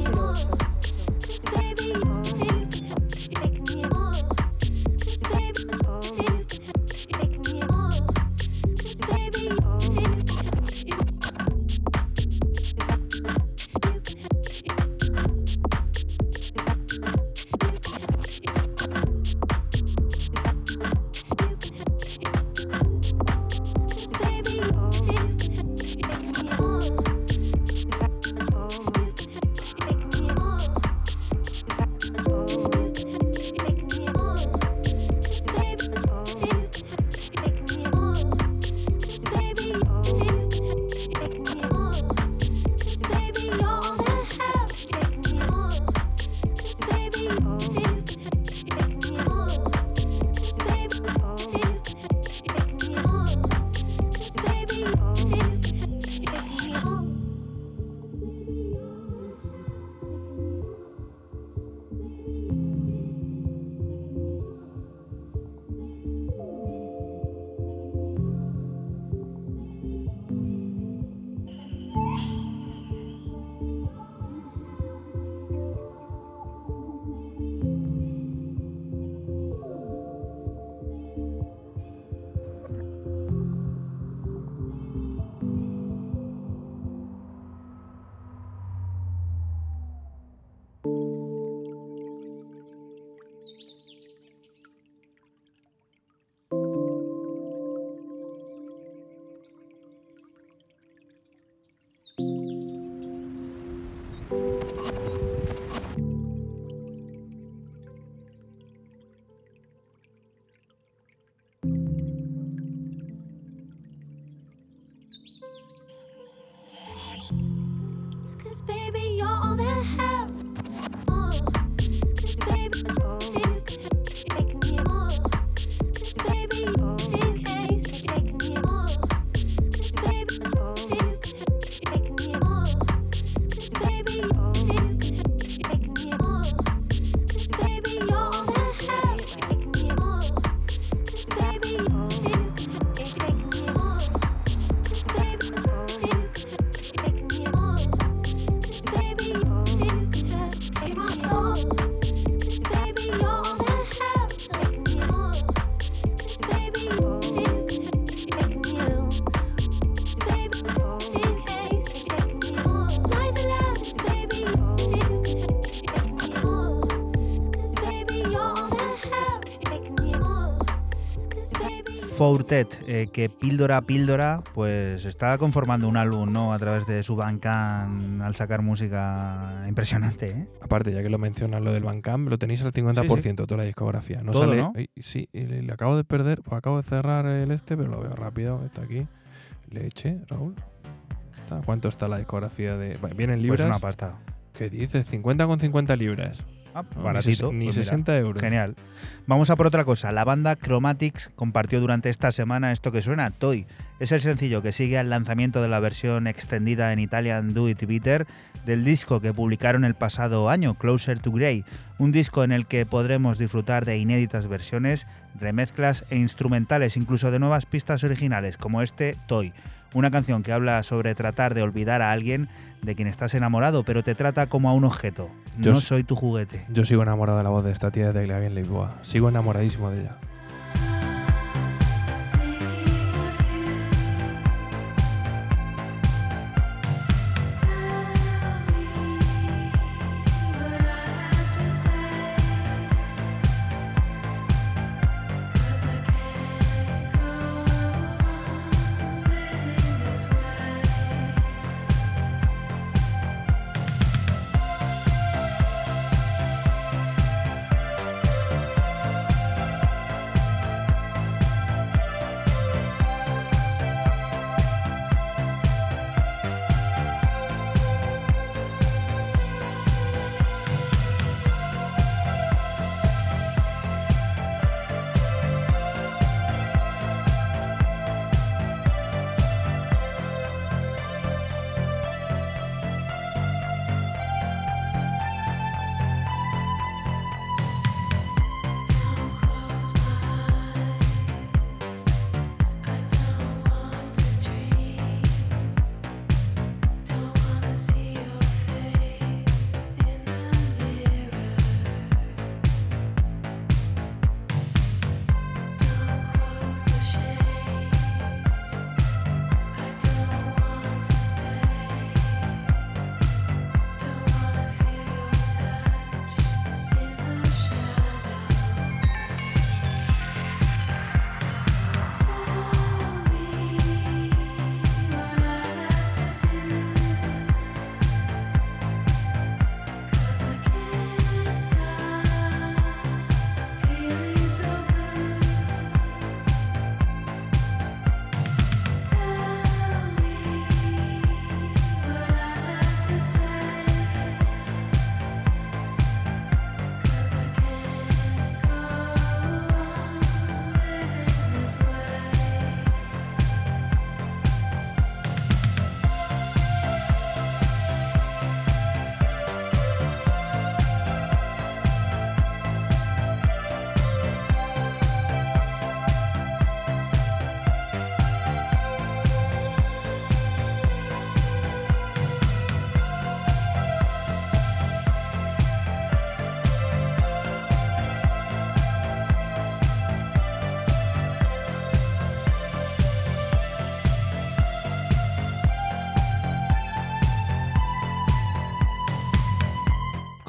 Fortet, eh, que píldora a píldora, pues está conformando un álbum, ¿no? A través de su Bandcamp al sacar música impresionante, ¿eh? Aparte, ya que lo mencionas, lo del Bandcamp, lo tenéis al cincuenta por ciento, sí, sí. Toda la discografía. No todo, sale, ¿no? Ay, sí, y le, le acabo de perder, pues acabo de cerrar el este, pero lo veo rápido, está aquí. Le eché, Raúl. Está. ¿Cuánto está la discografía de...? ¿Vienen libras? Pues una pasta. ¿Qué dices? cincuenta con cincuenta libras. Ah, no, baratito. Ni, pues sesenta mira, euros. Genial. Vamos a por otra cosa. La banda Chromatics compartió durante esta semana esto que suena, Toy. Es el sencillo que sigue al lanzamiento de la versión extendida en Italian Do It Better del disco que publicaron el pasado año, Closer to Grey. Un disco en el que podremos disfrutar de inéditas versiones, remezclas e instrumentales, incluso de nuevas pistas originales, como este Toy. Una canción que habla sobre tratar de olvidar a alguien de quien estás enamorado, pero te trata como a un objeto. Yo no soy tu juguete. Yo sigo enamorado de la voz de esta tía de Glavien Lisboa. Sigo enamoradísimo de ella.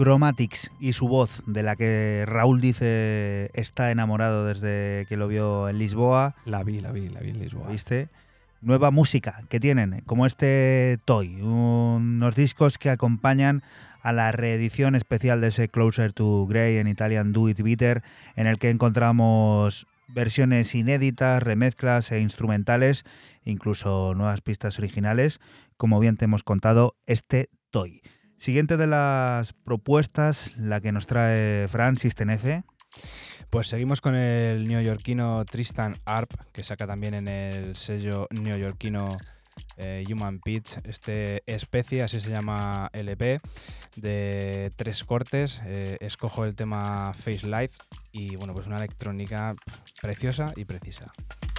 Chromatics y su voz, de la que Raúl dice está enamorado desde que lo vio en Lisboa. La vi, la vi, la vi en Lisboa. ¿Viste? Nueva música que tienen, como este Toy, unos discos que acompañan a la reedición especial de ese Closer to Grey en Italian Do It Better, en el que encontramos versiones inéditas, remezclas e instrumentales, incluso nuevas pistas originales, como bien te hemos contado, este Toy. Siguiente de las propuestas, la que nos trae Fran, System F. Pues seguimos con el neoyorquino Tristan Arp, que saca también en el sello neoyorquino eh, Human Pitch este Especie, así se llama L P, de tres cortes. Eh, escojo el tema Face Life y bueno, pues una electrónica preciosa y precisa.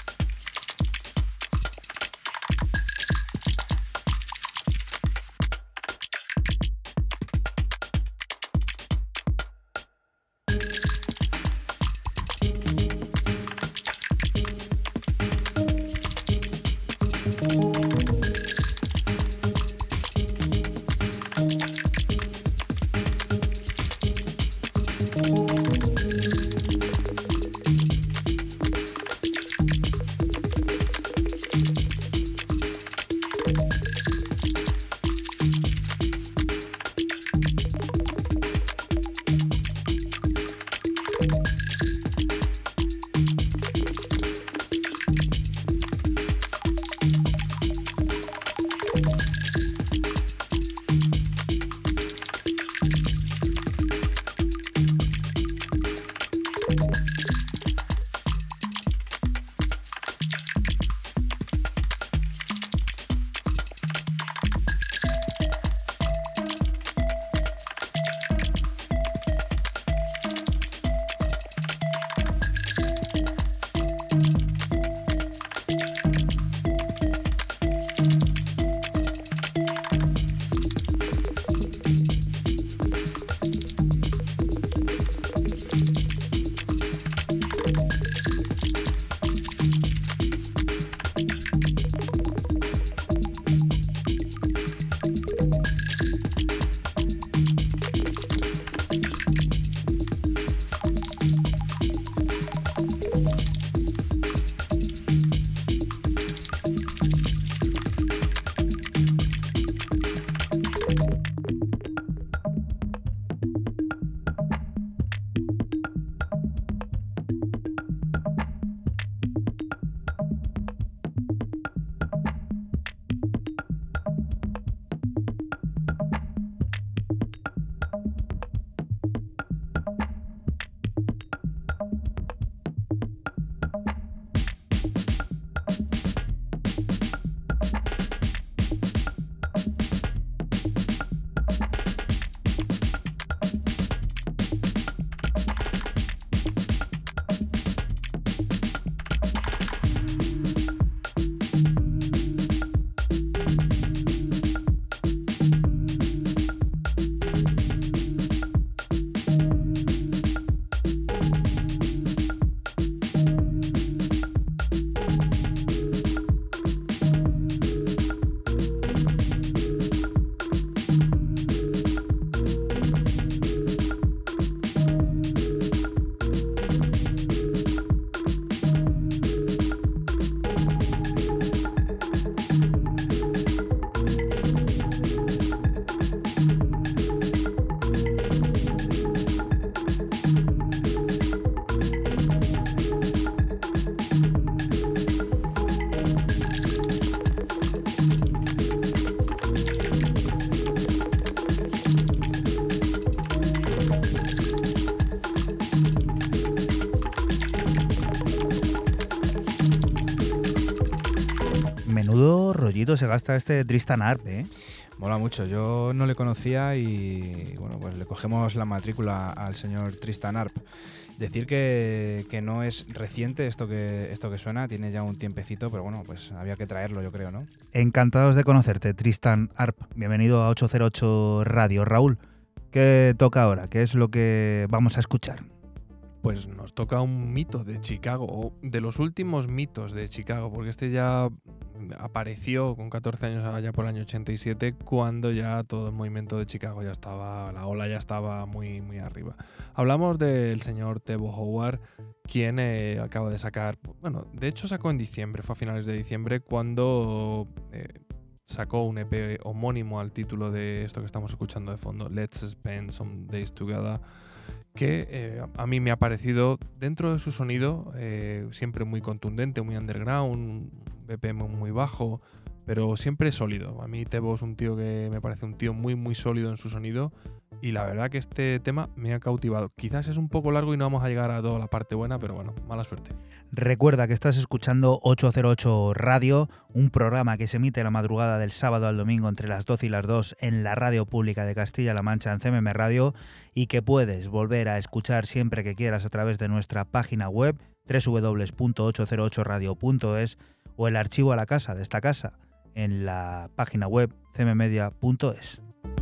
rollito se gasta este Tristan Arp, ¿eh? Mola mucho, yo no le conocía y bueno, pues le cogemos la matrícula al señor Tristan Arp. Decir que, que no es reciente esto que, esto que suena, tiene ya un tiempecito, pero bueno, pues había que traerlo, yo creo, ¿no? Encantados de conocerte, Tristan Arp. Bienvenido a ocho cero ocho Radio. Raúl, ¿qué toca ahora? ¿Qué es lo que vamos a escuchar? pues nos toca un mito de Chicago, o de los últimos mitos de Chicago, porque este ya apareció con catorce años allá por el año ochenta y siete, cuando ya todo el movimiento de Chicago ya estaba, la ola ya estaba muy, muy arriba. Hablamos del señor Tebo Howard, quien eh, acaba de sacar, bueno, de hecho sacó en diciembre, fue a finales de diciembre, cuando eh, sacó un E P homónimo al título de esto que estamos escuchando de fondo, Let's Spend Some Days Together, que eh, a mí me ha parecido, dentro de su sonido, eh, siempre muy contundente, muy underground, un B P M muy bajo, pero siempre sólido. A mí Tebo es un tío que me parece un tío muy muy sólido en su sonido, y la verdad que este tema me ha cautivado. Quizás es un poco largo y no vamos a llegar a toda la parte buena, pero bueno, mala suerte. Recuerda que estás escuchando ocho cero ocho Radio, un programa que se emite la madrugada del sábado al domingo entre las doce y las dos en la radio pública de Castilla-La Mancha en C M M Radio, y que puedes volver a escuchar siempre que quieras a través de nuestra página web doble u doble u doble u punto ocho cero ocho radio punto es o el archivo a la casa de esta casa en la página web c m media punto es.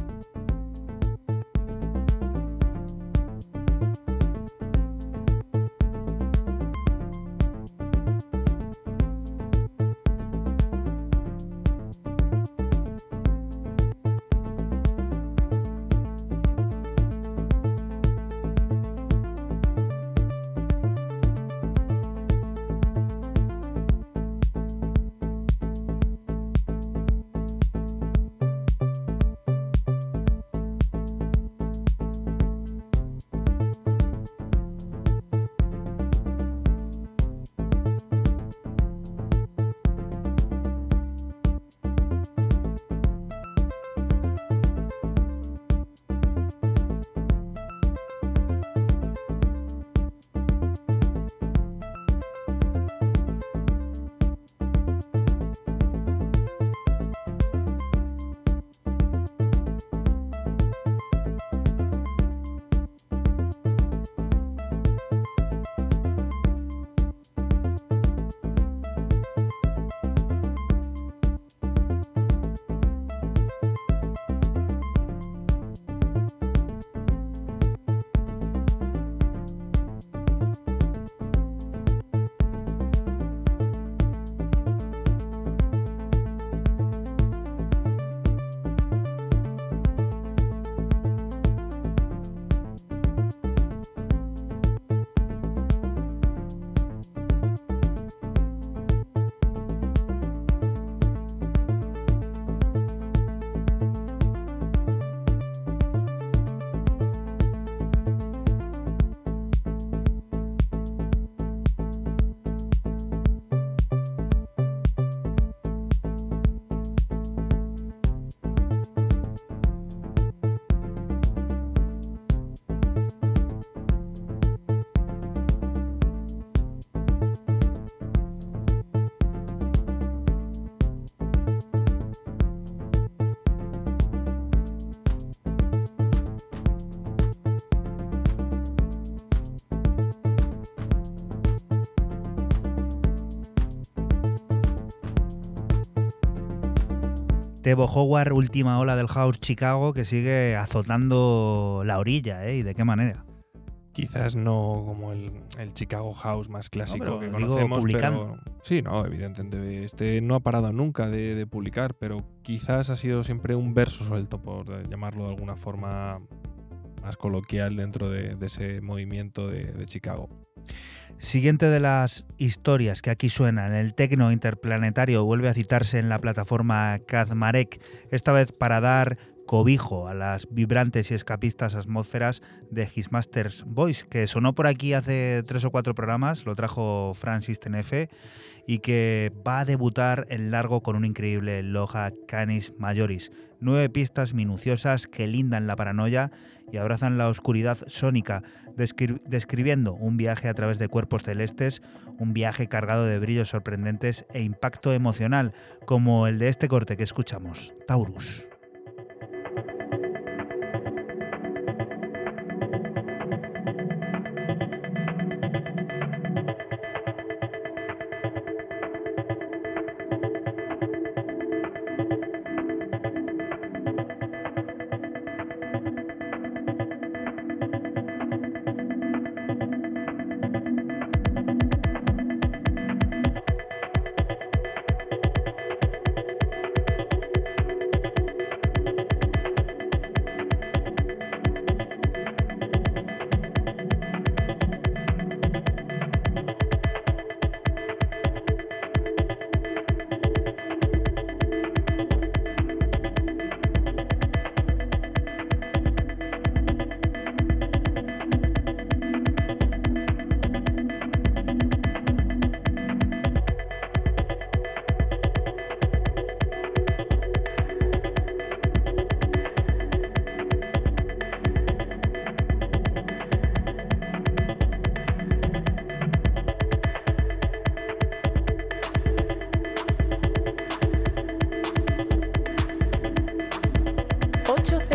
Tebo Howard, última ola del House Chicago, que sigue azotando la orilla, ¿eh? ¿Y de qué manera? Quizás no como el, el Chicago House más clásico no, que digo, conocemos, publicando. pero sí, no, evidentemente este no ha parado nunca de, de publicar, pero quizás ha sido siempre un verso suelto, por llamarlo de alguna forma más coloquial, dentro de, de ese movimiento de, de Chicago. Siguiente de las historias que aquí suenan, el tecno interplanetario vuelve a citarse en la plataforma Kazmarek, esta vez para dar cobijo a las vibrantes y escapistas atmósferas de His Master's Voice, que sonó por aquí hace tres o cuatro programas, lo trajo Francis Tenefe, y que va a debutar en largo con un increíble Loja Canis Majoris. Nueve pistas minuciosas que lindan la paranoia y abrazan la oscuridad sónica, descri- describiendo un viaje a través de cuerpos celestes, un viaje cargado de brillos sorprendentes e impacto emocional, como el de este corte que escuchamos, Taurus.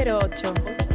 cero ocho.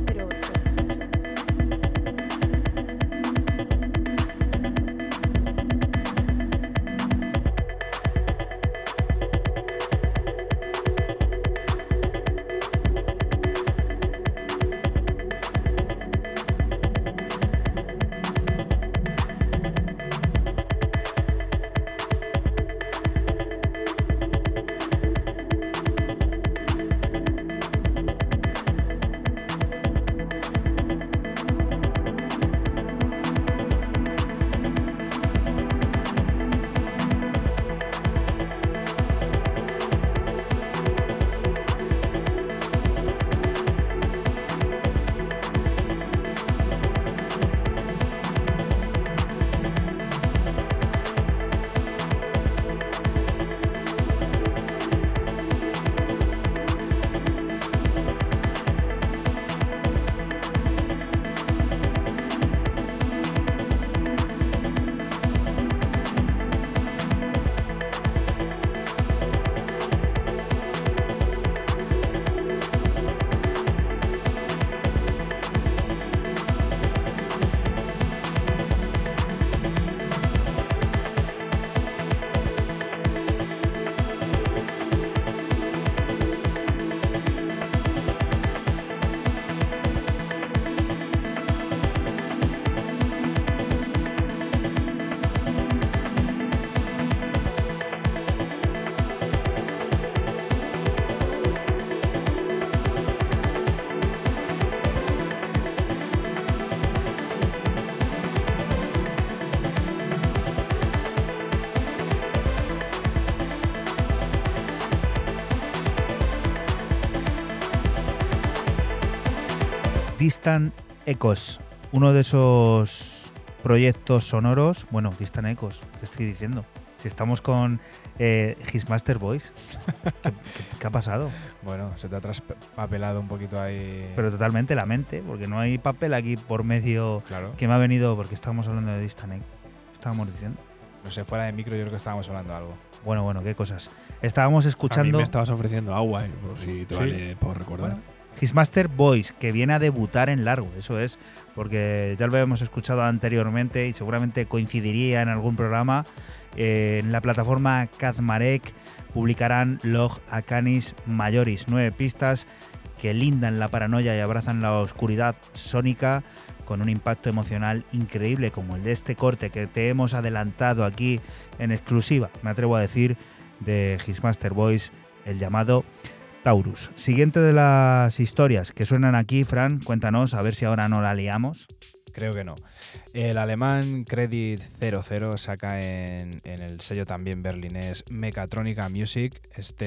Distant Echoes, uno de esos proyectos sonoros. Bueno, Distant Echoes, ¿qué estoy diciendo? Si estamos con eh, His Master Voice, ¿qué, qué, qué ha pasado? Bueno, se te ha traspapelado un poquito ahí. Pero totalmente la mente, porque no hay papel aquí por medio. Claro. Que me ha venido, porque estábamos hablando de Distant Echoes. ¿Qué estábamos diciendo? No sé, fuera de micro yo creo que estábamos hablando de algo. Bueno, bueno, qué cosas. Estábamos escuchando. A mí me estabas ofreciendo agua, eh, por si te ¿Sí? vale por recordar. Bueno, His Master Voice, que viene a debutar en largo, eso es, porque ya lo habíamos escuchado anteriormente y seguramente coincidiría en algún programa. Eh, en la plataforma Kazmarek publicarán Log a Canis Majoris, nueve pistas que lindan la paranoia y abrazan la oscuridad sónica con un impacto emocional increíble, como el de este corte que te hemos adelantado aquí en exclusiva, me atrevo a decir, de His Master Voice, el llamado Taurus. Siguiente de las historias que suenan aquí, Fran, cuéntanos, a ver si ahora no la liamos. Creo que no. El alemán Credit cero cero saca en, en el sello también berlinés Mechatronica Music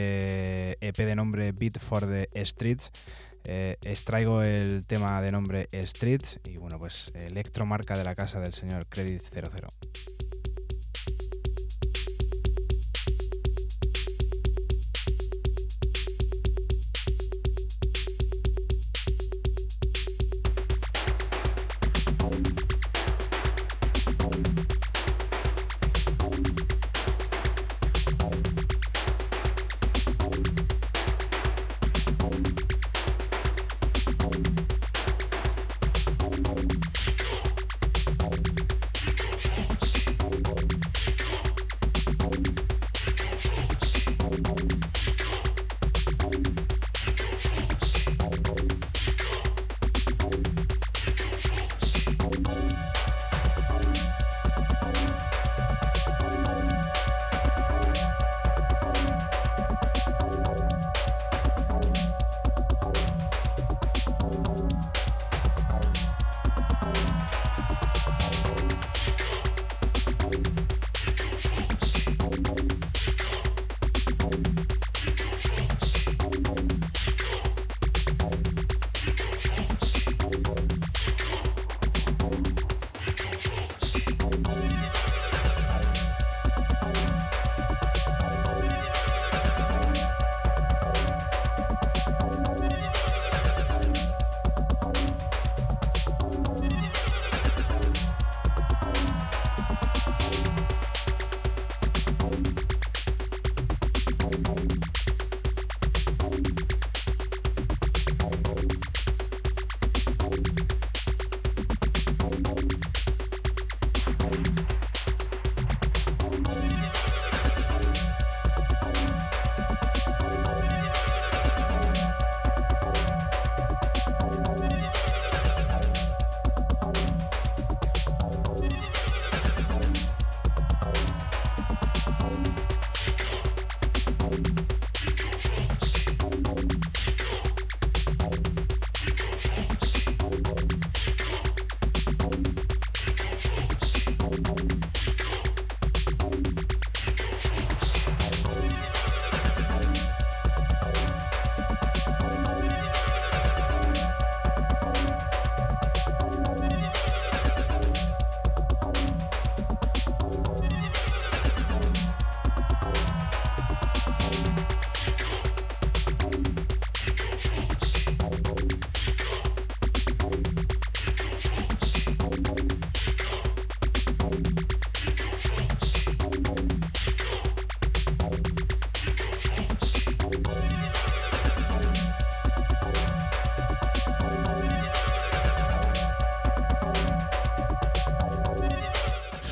este E P de nombre Beat for the Streets. Eh, extraigo el tema de nombre Streets y bueno, pues electromarca de la casa del señor Credit cero cero.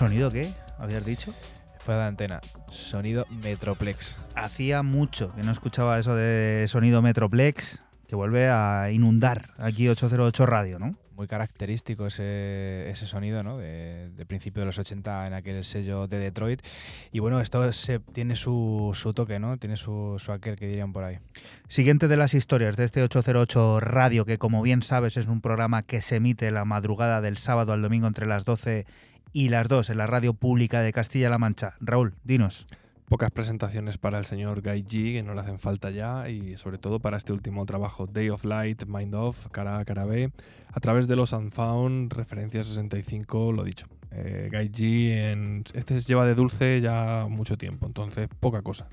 ¿Sonido qué? ¿Habías dicho? Fuera de antena. Sonido Metroplex. Hacía mucho que no escuchaba eso de sonido Metroplex, que vuelve a inundar aquí ochocientos ocho Radio, ¿no? Muy característico ese, ese sonido, ¿no? De, de principio de los ochenta en aquel sello de Detroit. Y bueno, esto se, tiene su, su toque, ¿no? Tiene su, su aquel que dirían por ahí. Siguiente de las historias de este ochocientos ocho Radio, que como bien sabes es un programa que se emite la madrugada del sábado al domingo entre las doce y las dos en la radio pública de Castilla-La Mancha. Raúl, dinos. Pocas presentaciones para el señor Guy G, que no le hacen falta ya, y sobre todo para este último trabajo, Day of Light, Mind Off, cara A, cara B, a través de los Unfound, referencia sesenta y cinco, lo dicho. Eh, Guy G, en, este lleva de dulce ya mucho tiempo, entonces poca cosa.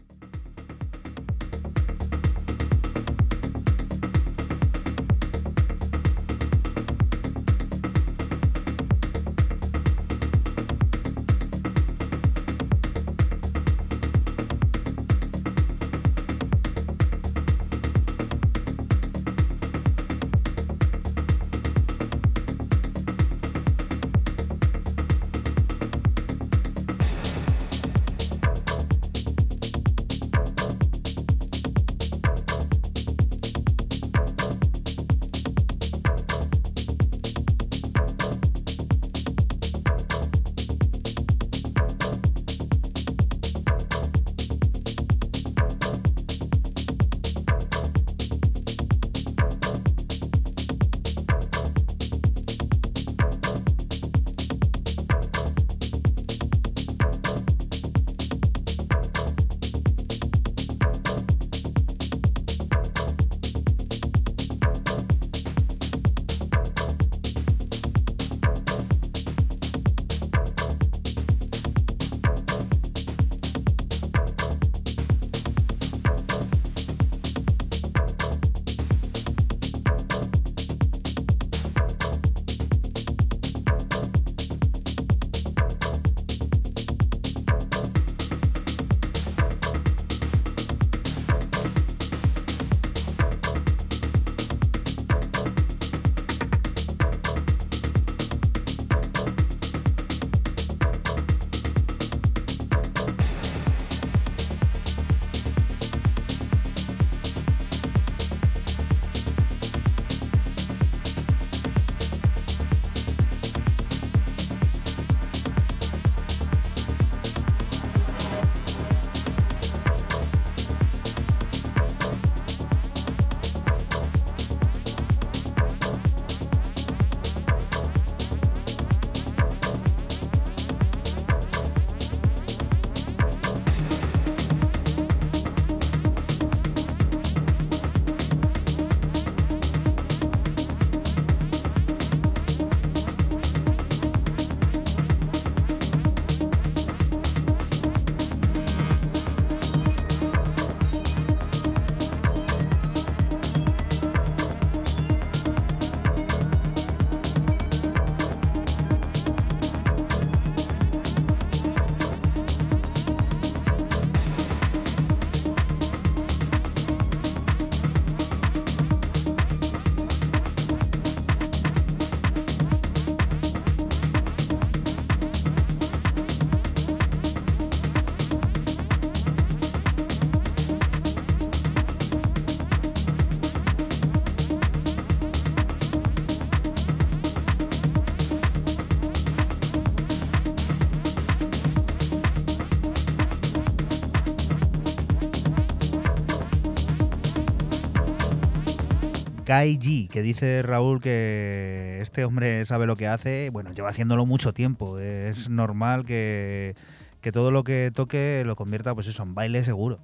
Guy G, que dice Raúl que este hombre sabe lo que hace, bueno, lleva haciéndolo mucho tiempo. Es normal que, que todo lo que toque lo convierta, pues eso, en baile seguro.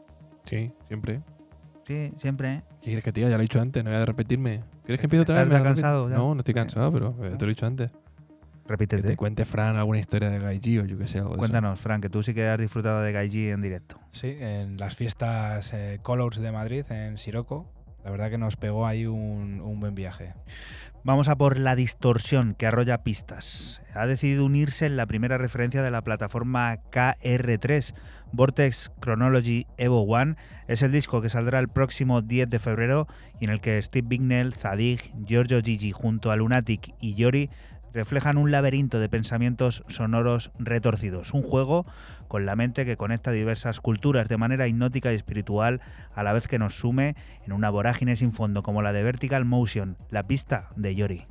Sí, siempre. Sí, siempre, ¿eh? ¿Qué quieres que te diga? Ya lo he dicho antes, no voy a repetirme. ¿Quieres que empiece otra vez? ¿Estás ya cansado? Ya? No, no estoy cansado, pero te lo he dicho antes. Repítete. Que te cuente Fran alguna historia de Guy G o yo que sé, algo de Cuéntanos, eso. Fran, que tú sí que has disfrutado de Guy G en directo. Sí, en las fiestas eh, Colors de Madrid, en Siroco. La verdad que nos pegó ahí un, un buen viaje. Vamos a por La Distorsión, que arrolla pistas. Ha decidido unirse en la primera referencia de la plataforma K R tres. Vortex Chronology Evo One es el disco que saldrá el próximo diez de febrero y en el que Steve Bignell, Zadig, Giorgio Gigi junto a Lunatic y Yori reflejan un laberinto de pensamientos sonoros retorcidos, un juego con la mente que conecta diversas culturas de manera hipnótica y espiritual, a la vez que nos sume en una vorágine sin fondo como la de Vertical Motion, la pista de Yori.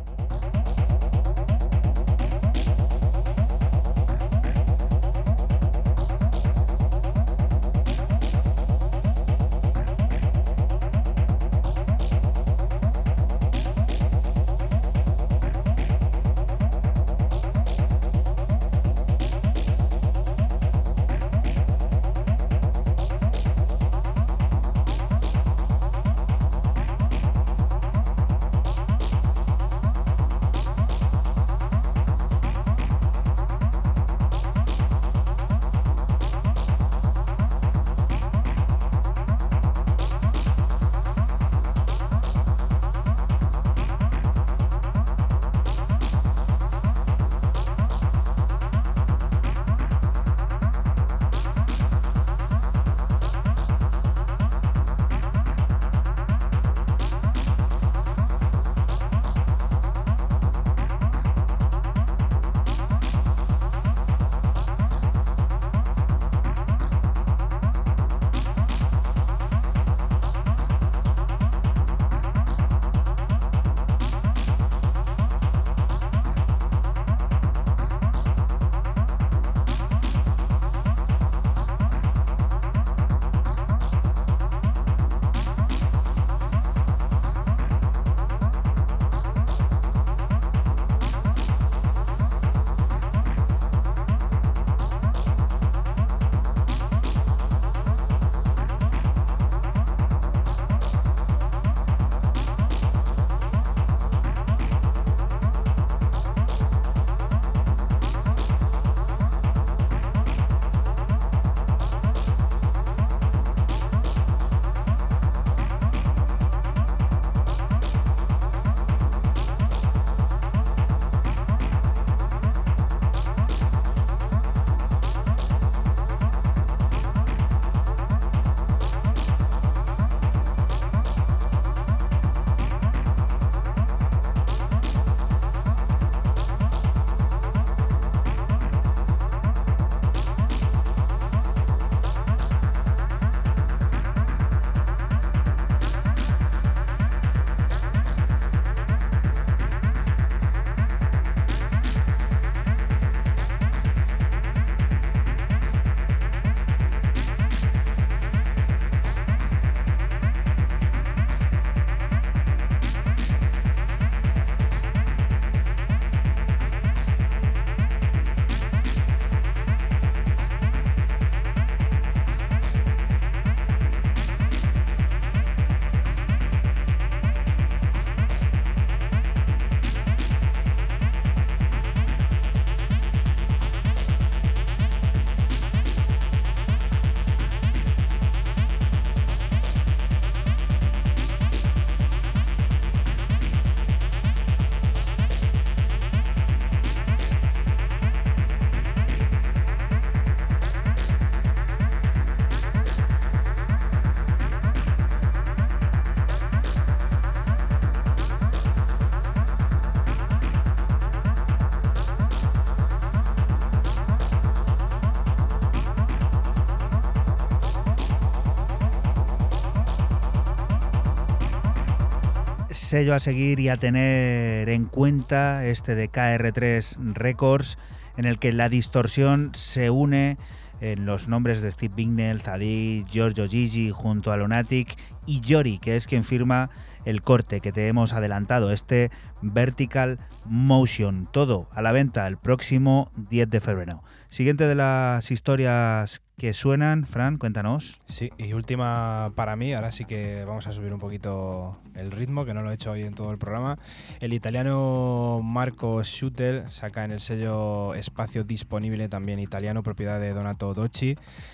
sello a seguir y a tener en cuenta, este de K R tres Records, en el que la distorsión se une en los nombres de Steve Bignell, Zadie, Giorgio Gigi junto a Lunatic y Yori, que es quien firma el corte que te hemos adelantado, este Vertical Motion. Todo a la venta el próximo diez de febrero. Siguiente de las historias que suenan, Fran, cuéntanos. Sí, y última para mí, ahora sí que vamos a subir un poquito el ritmo, que no lo he hecho hoy en todo el programa. El italiano Marco Schutel saca en el sello Espacio Disponible, también italiano, propiedad de Donato Docci,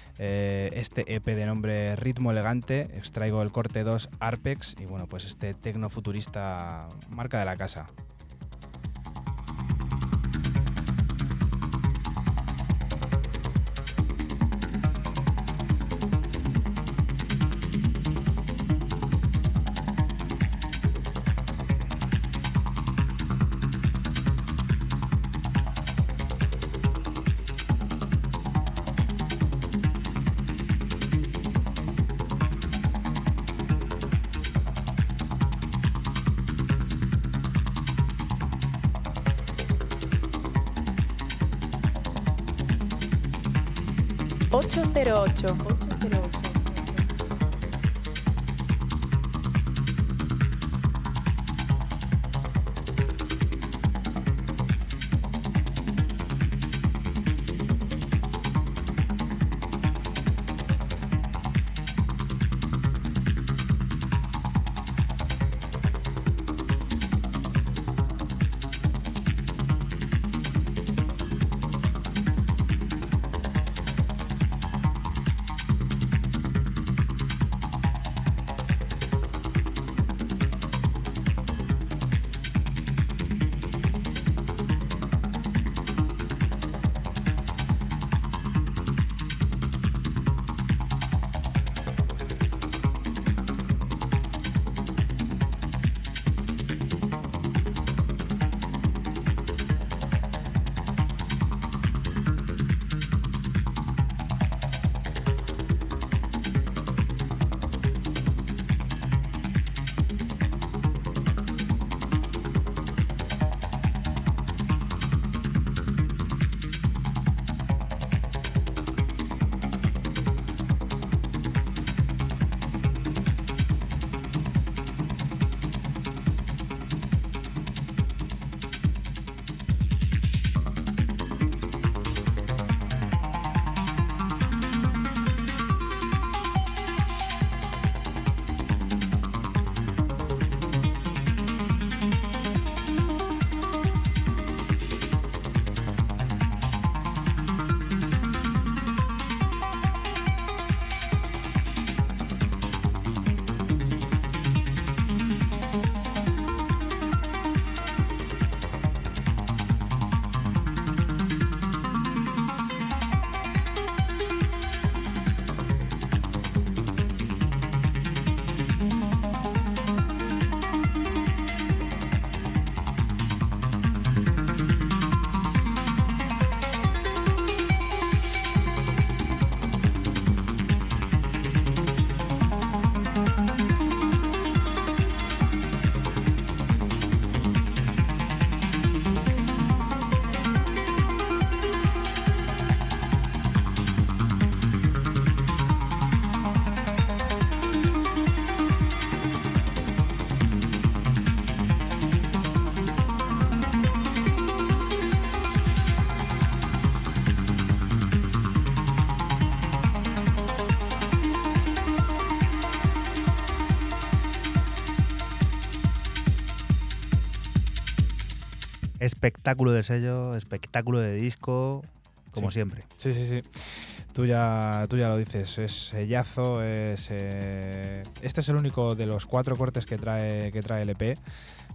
eh, este E P de nombre Ritmo Elegante. Extraigo el corte dos Arpex y bueno, pues este tecno futurista, marca de la casa. ocho cero ocho. Espectáculo de sello, espectáculo de disco, como sí. siempre. Sí, sí, sí. Tú ya, tú ya lo dices, es sellazo, es... Eh... Este es el único de los cuatro cortes que trae, que trae el E P.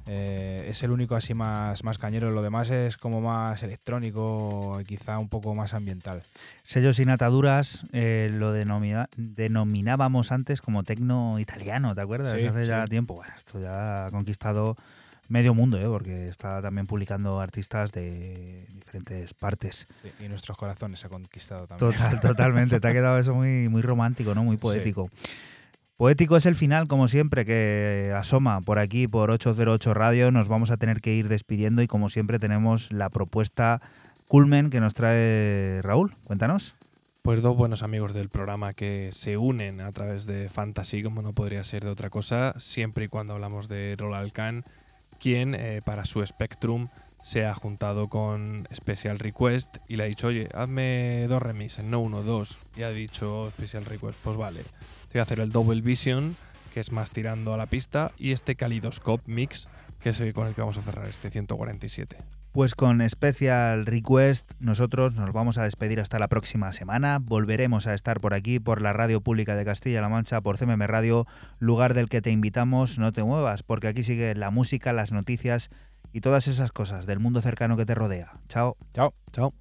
Eh, es el único así más, más cañero, lo demás es como más electrónico, quizá un poco más ambiental. Sello sin ataduras, eh, lo denomina, denominábamos antes como tecno italiano, ¿te acuerdas? Sí, Hace ya sí. tiempo. Bueno, esto ya ha conquistado medio mundo, ¿eh? Porque está también publicando artistas de diferentes partes. Sí, y nuestros corazones se ha conquistado también. Total, totalmente. Te ha quedado eso muy, muy romántico, ¿no? Muy poético. Sí. Poético es el final, como siempre, que asoma por aquí, por ocho cero ocho Radio. Nos vamos a tener que ir despidiendo y, como siempre, tenemos la propuesta culmen que nos trae Raúl. Cuéntanos. Pues dos buenos amigos del programa que se unen a través de Fantasy, como no podría ser de otra cosa, siempre y cuando hablamos de Roland Khan, quien eh, para su Spectrum se ha juntado con Special Request y le ha dicho, oye, hazme dos remixes, no uno, dos. Y ha dicho Special Request, pues vale, te voy a hacer el Double Vision, que es más tirando a la pista, y este Kaleidoscope Mix, que es el con el que vamos a cerrar este ciento cuarenta y siete. Pues con Special Request nosotros nos vamos a despedir hasta la próxima semana. Volveremos a estar por aquí, por la Radio Pública de Castilla-La Mancha, por C M M Radio, lugar del que te invitamos. No te muevas, porque aquí sigue la música, las noticias y todas esas cosas del mundo cercano que te rodea. Chao. Chao. Chao.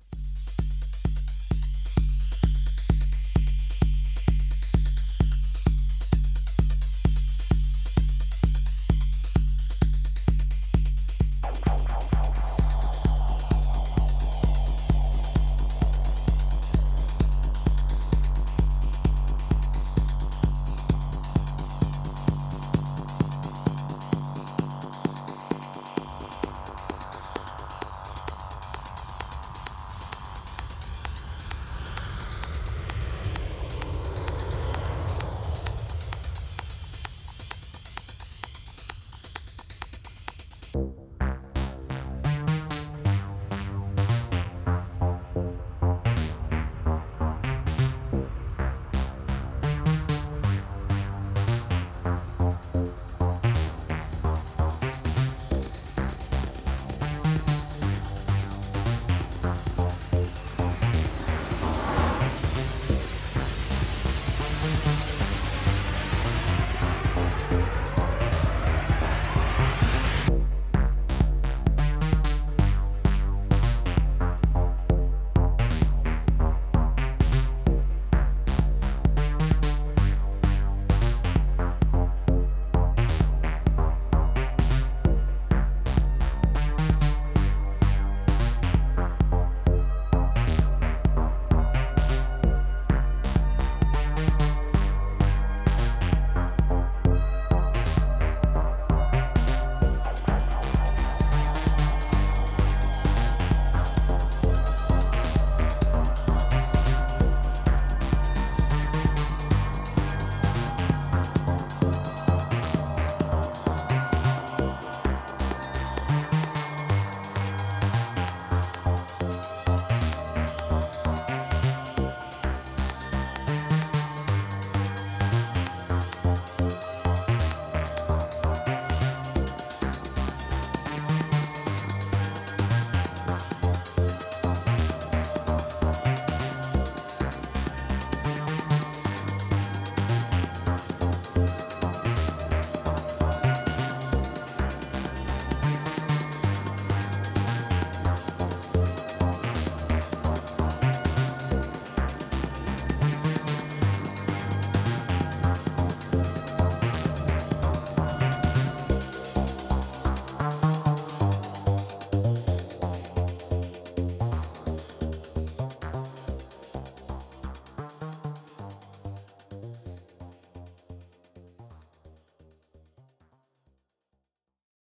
Chao.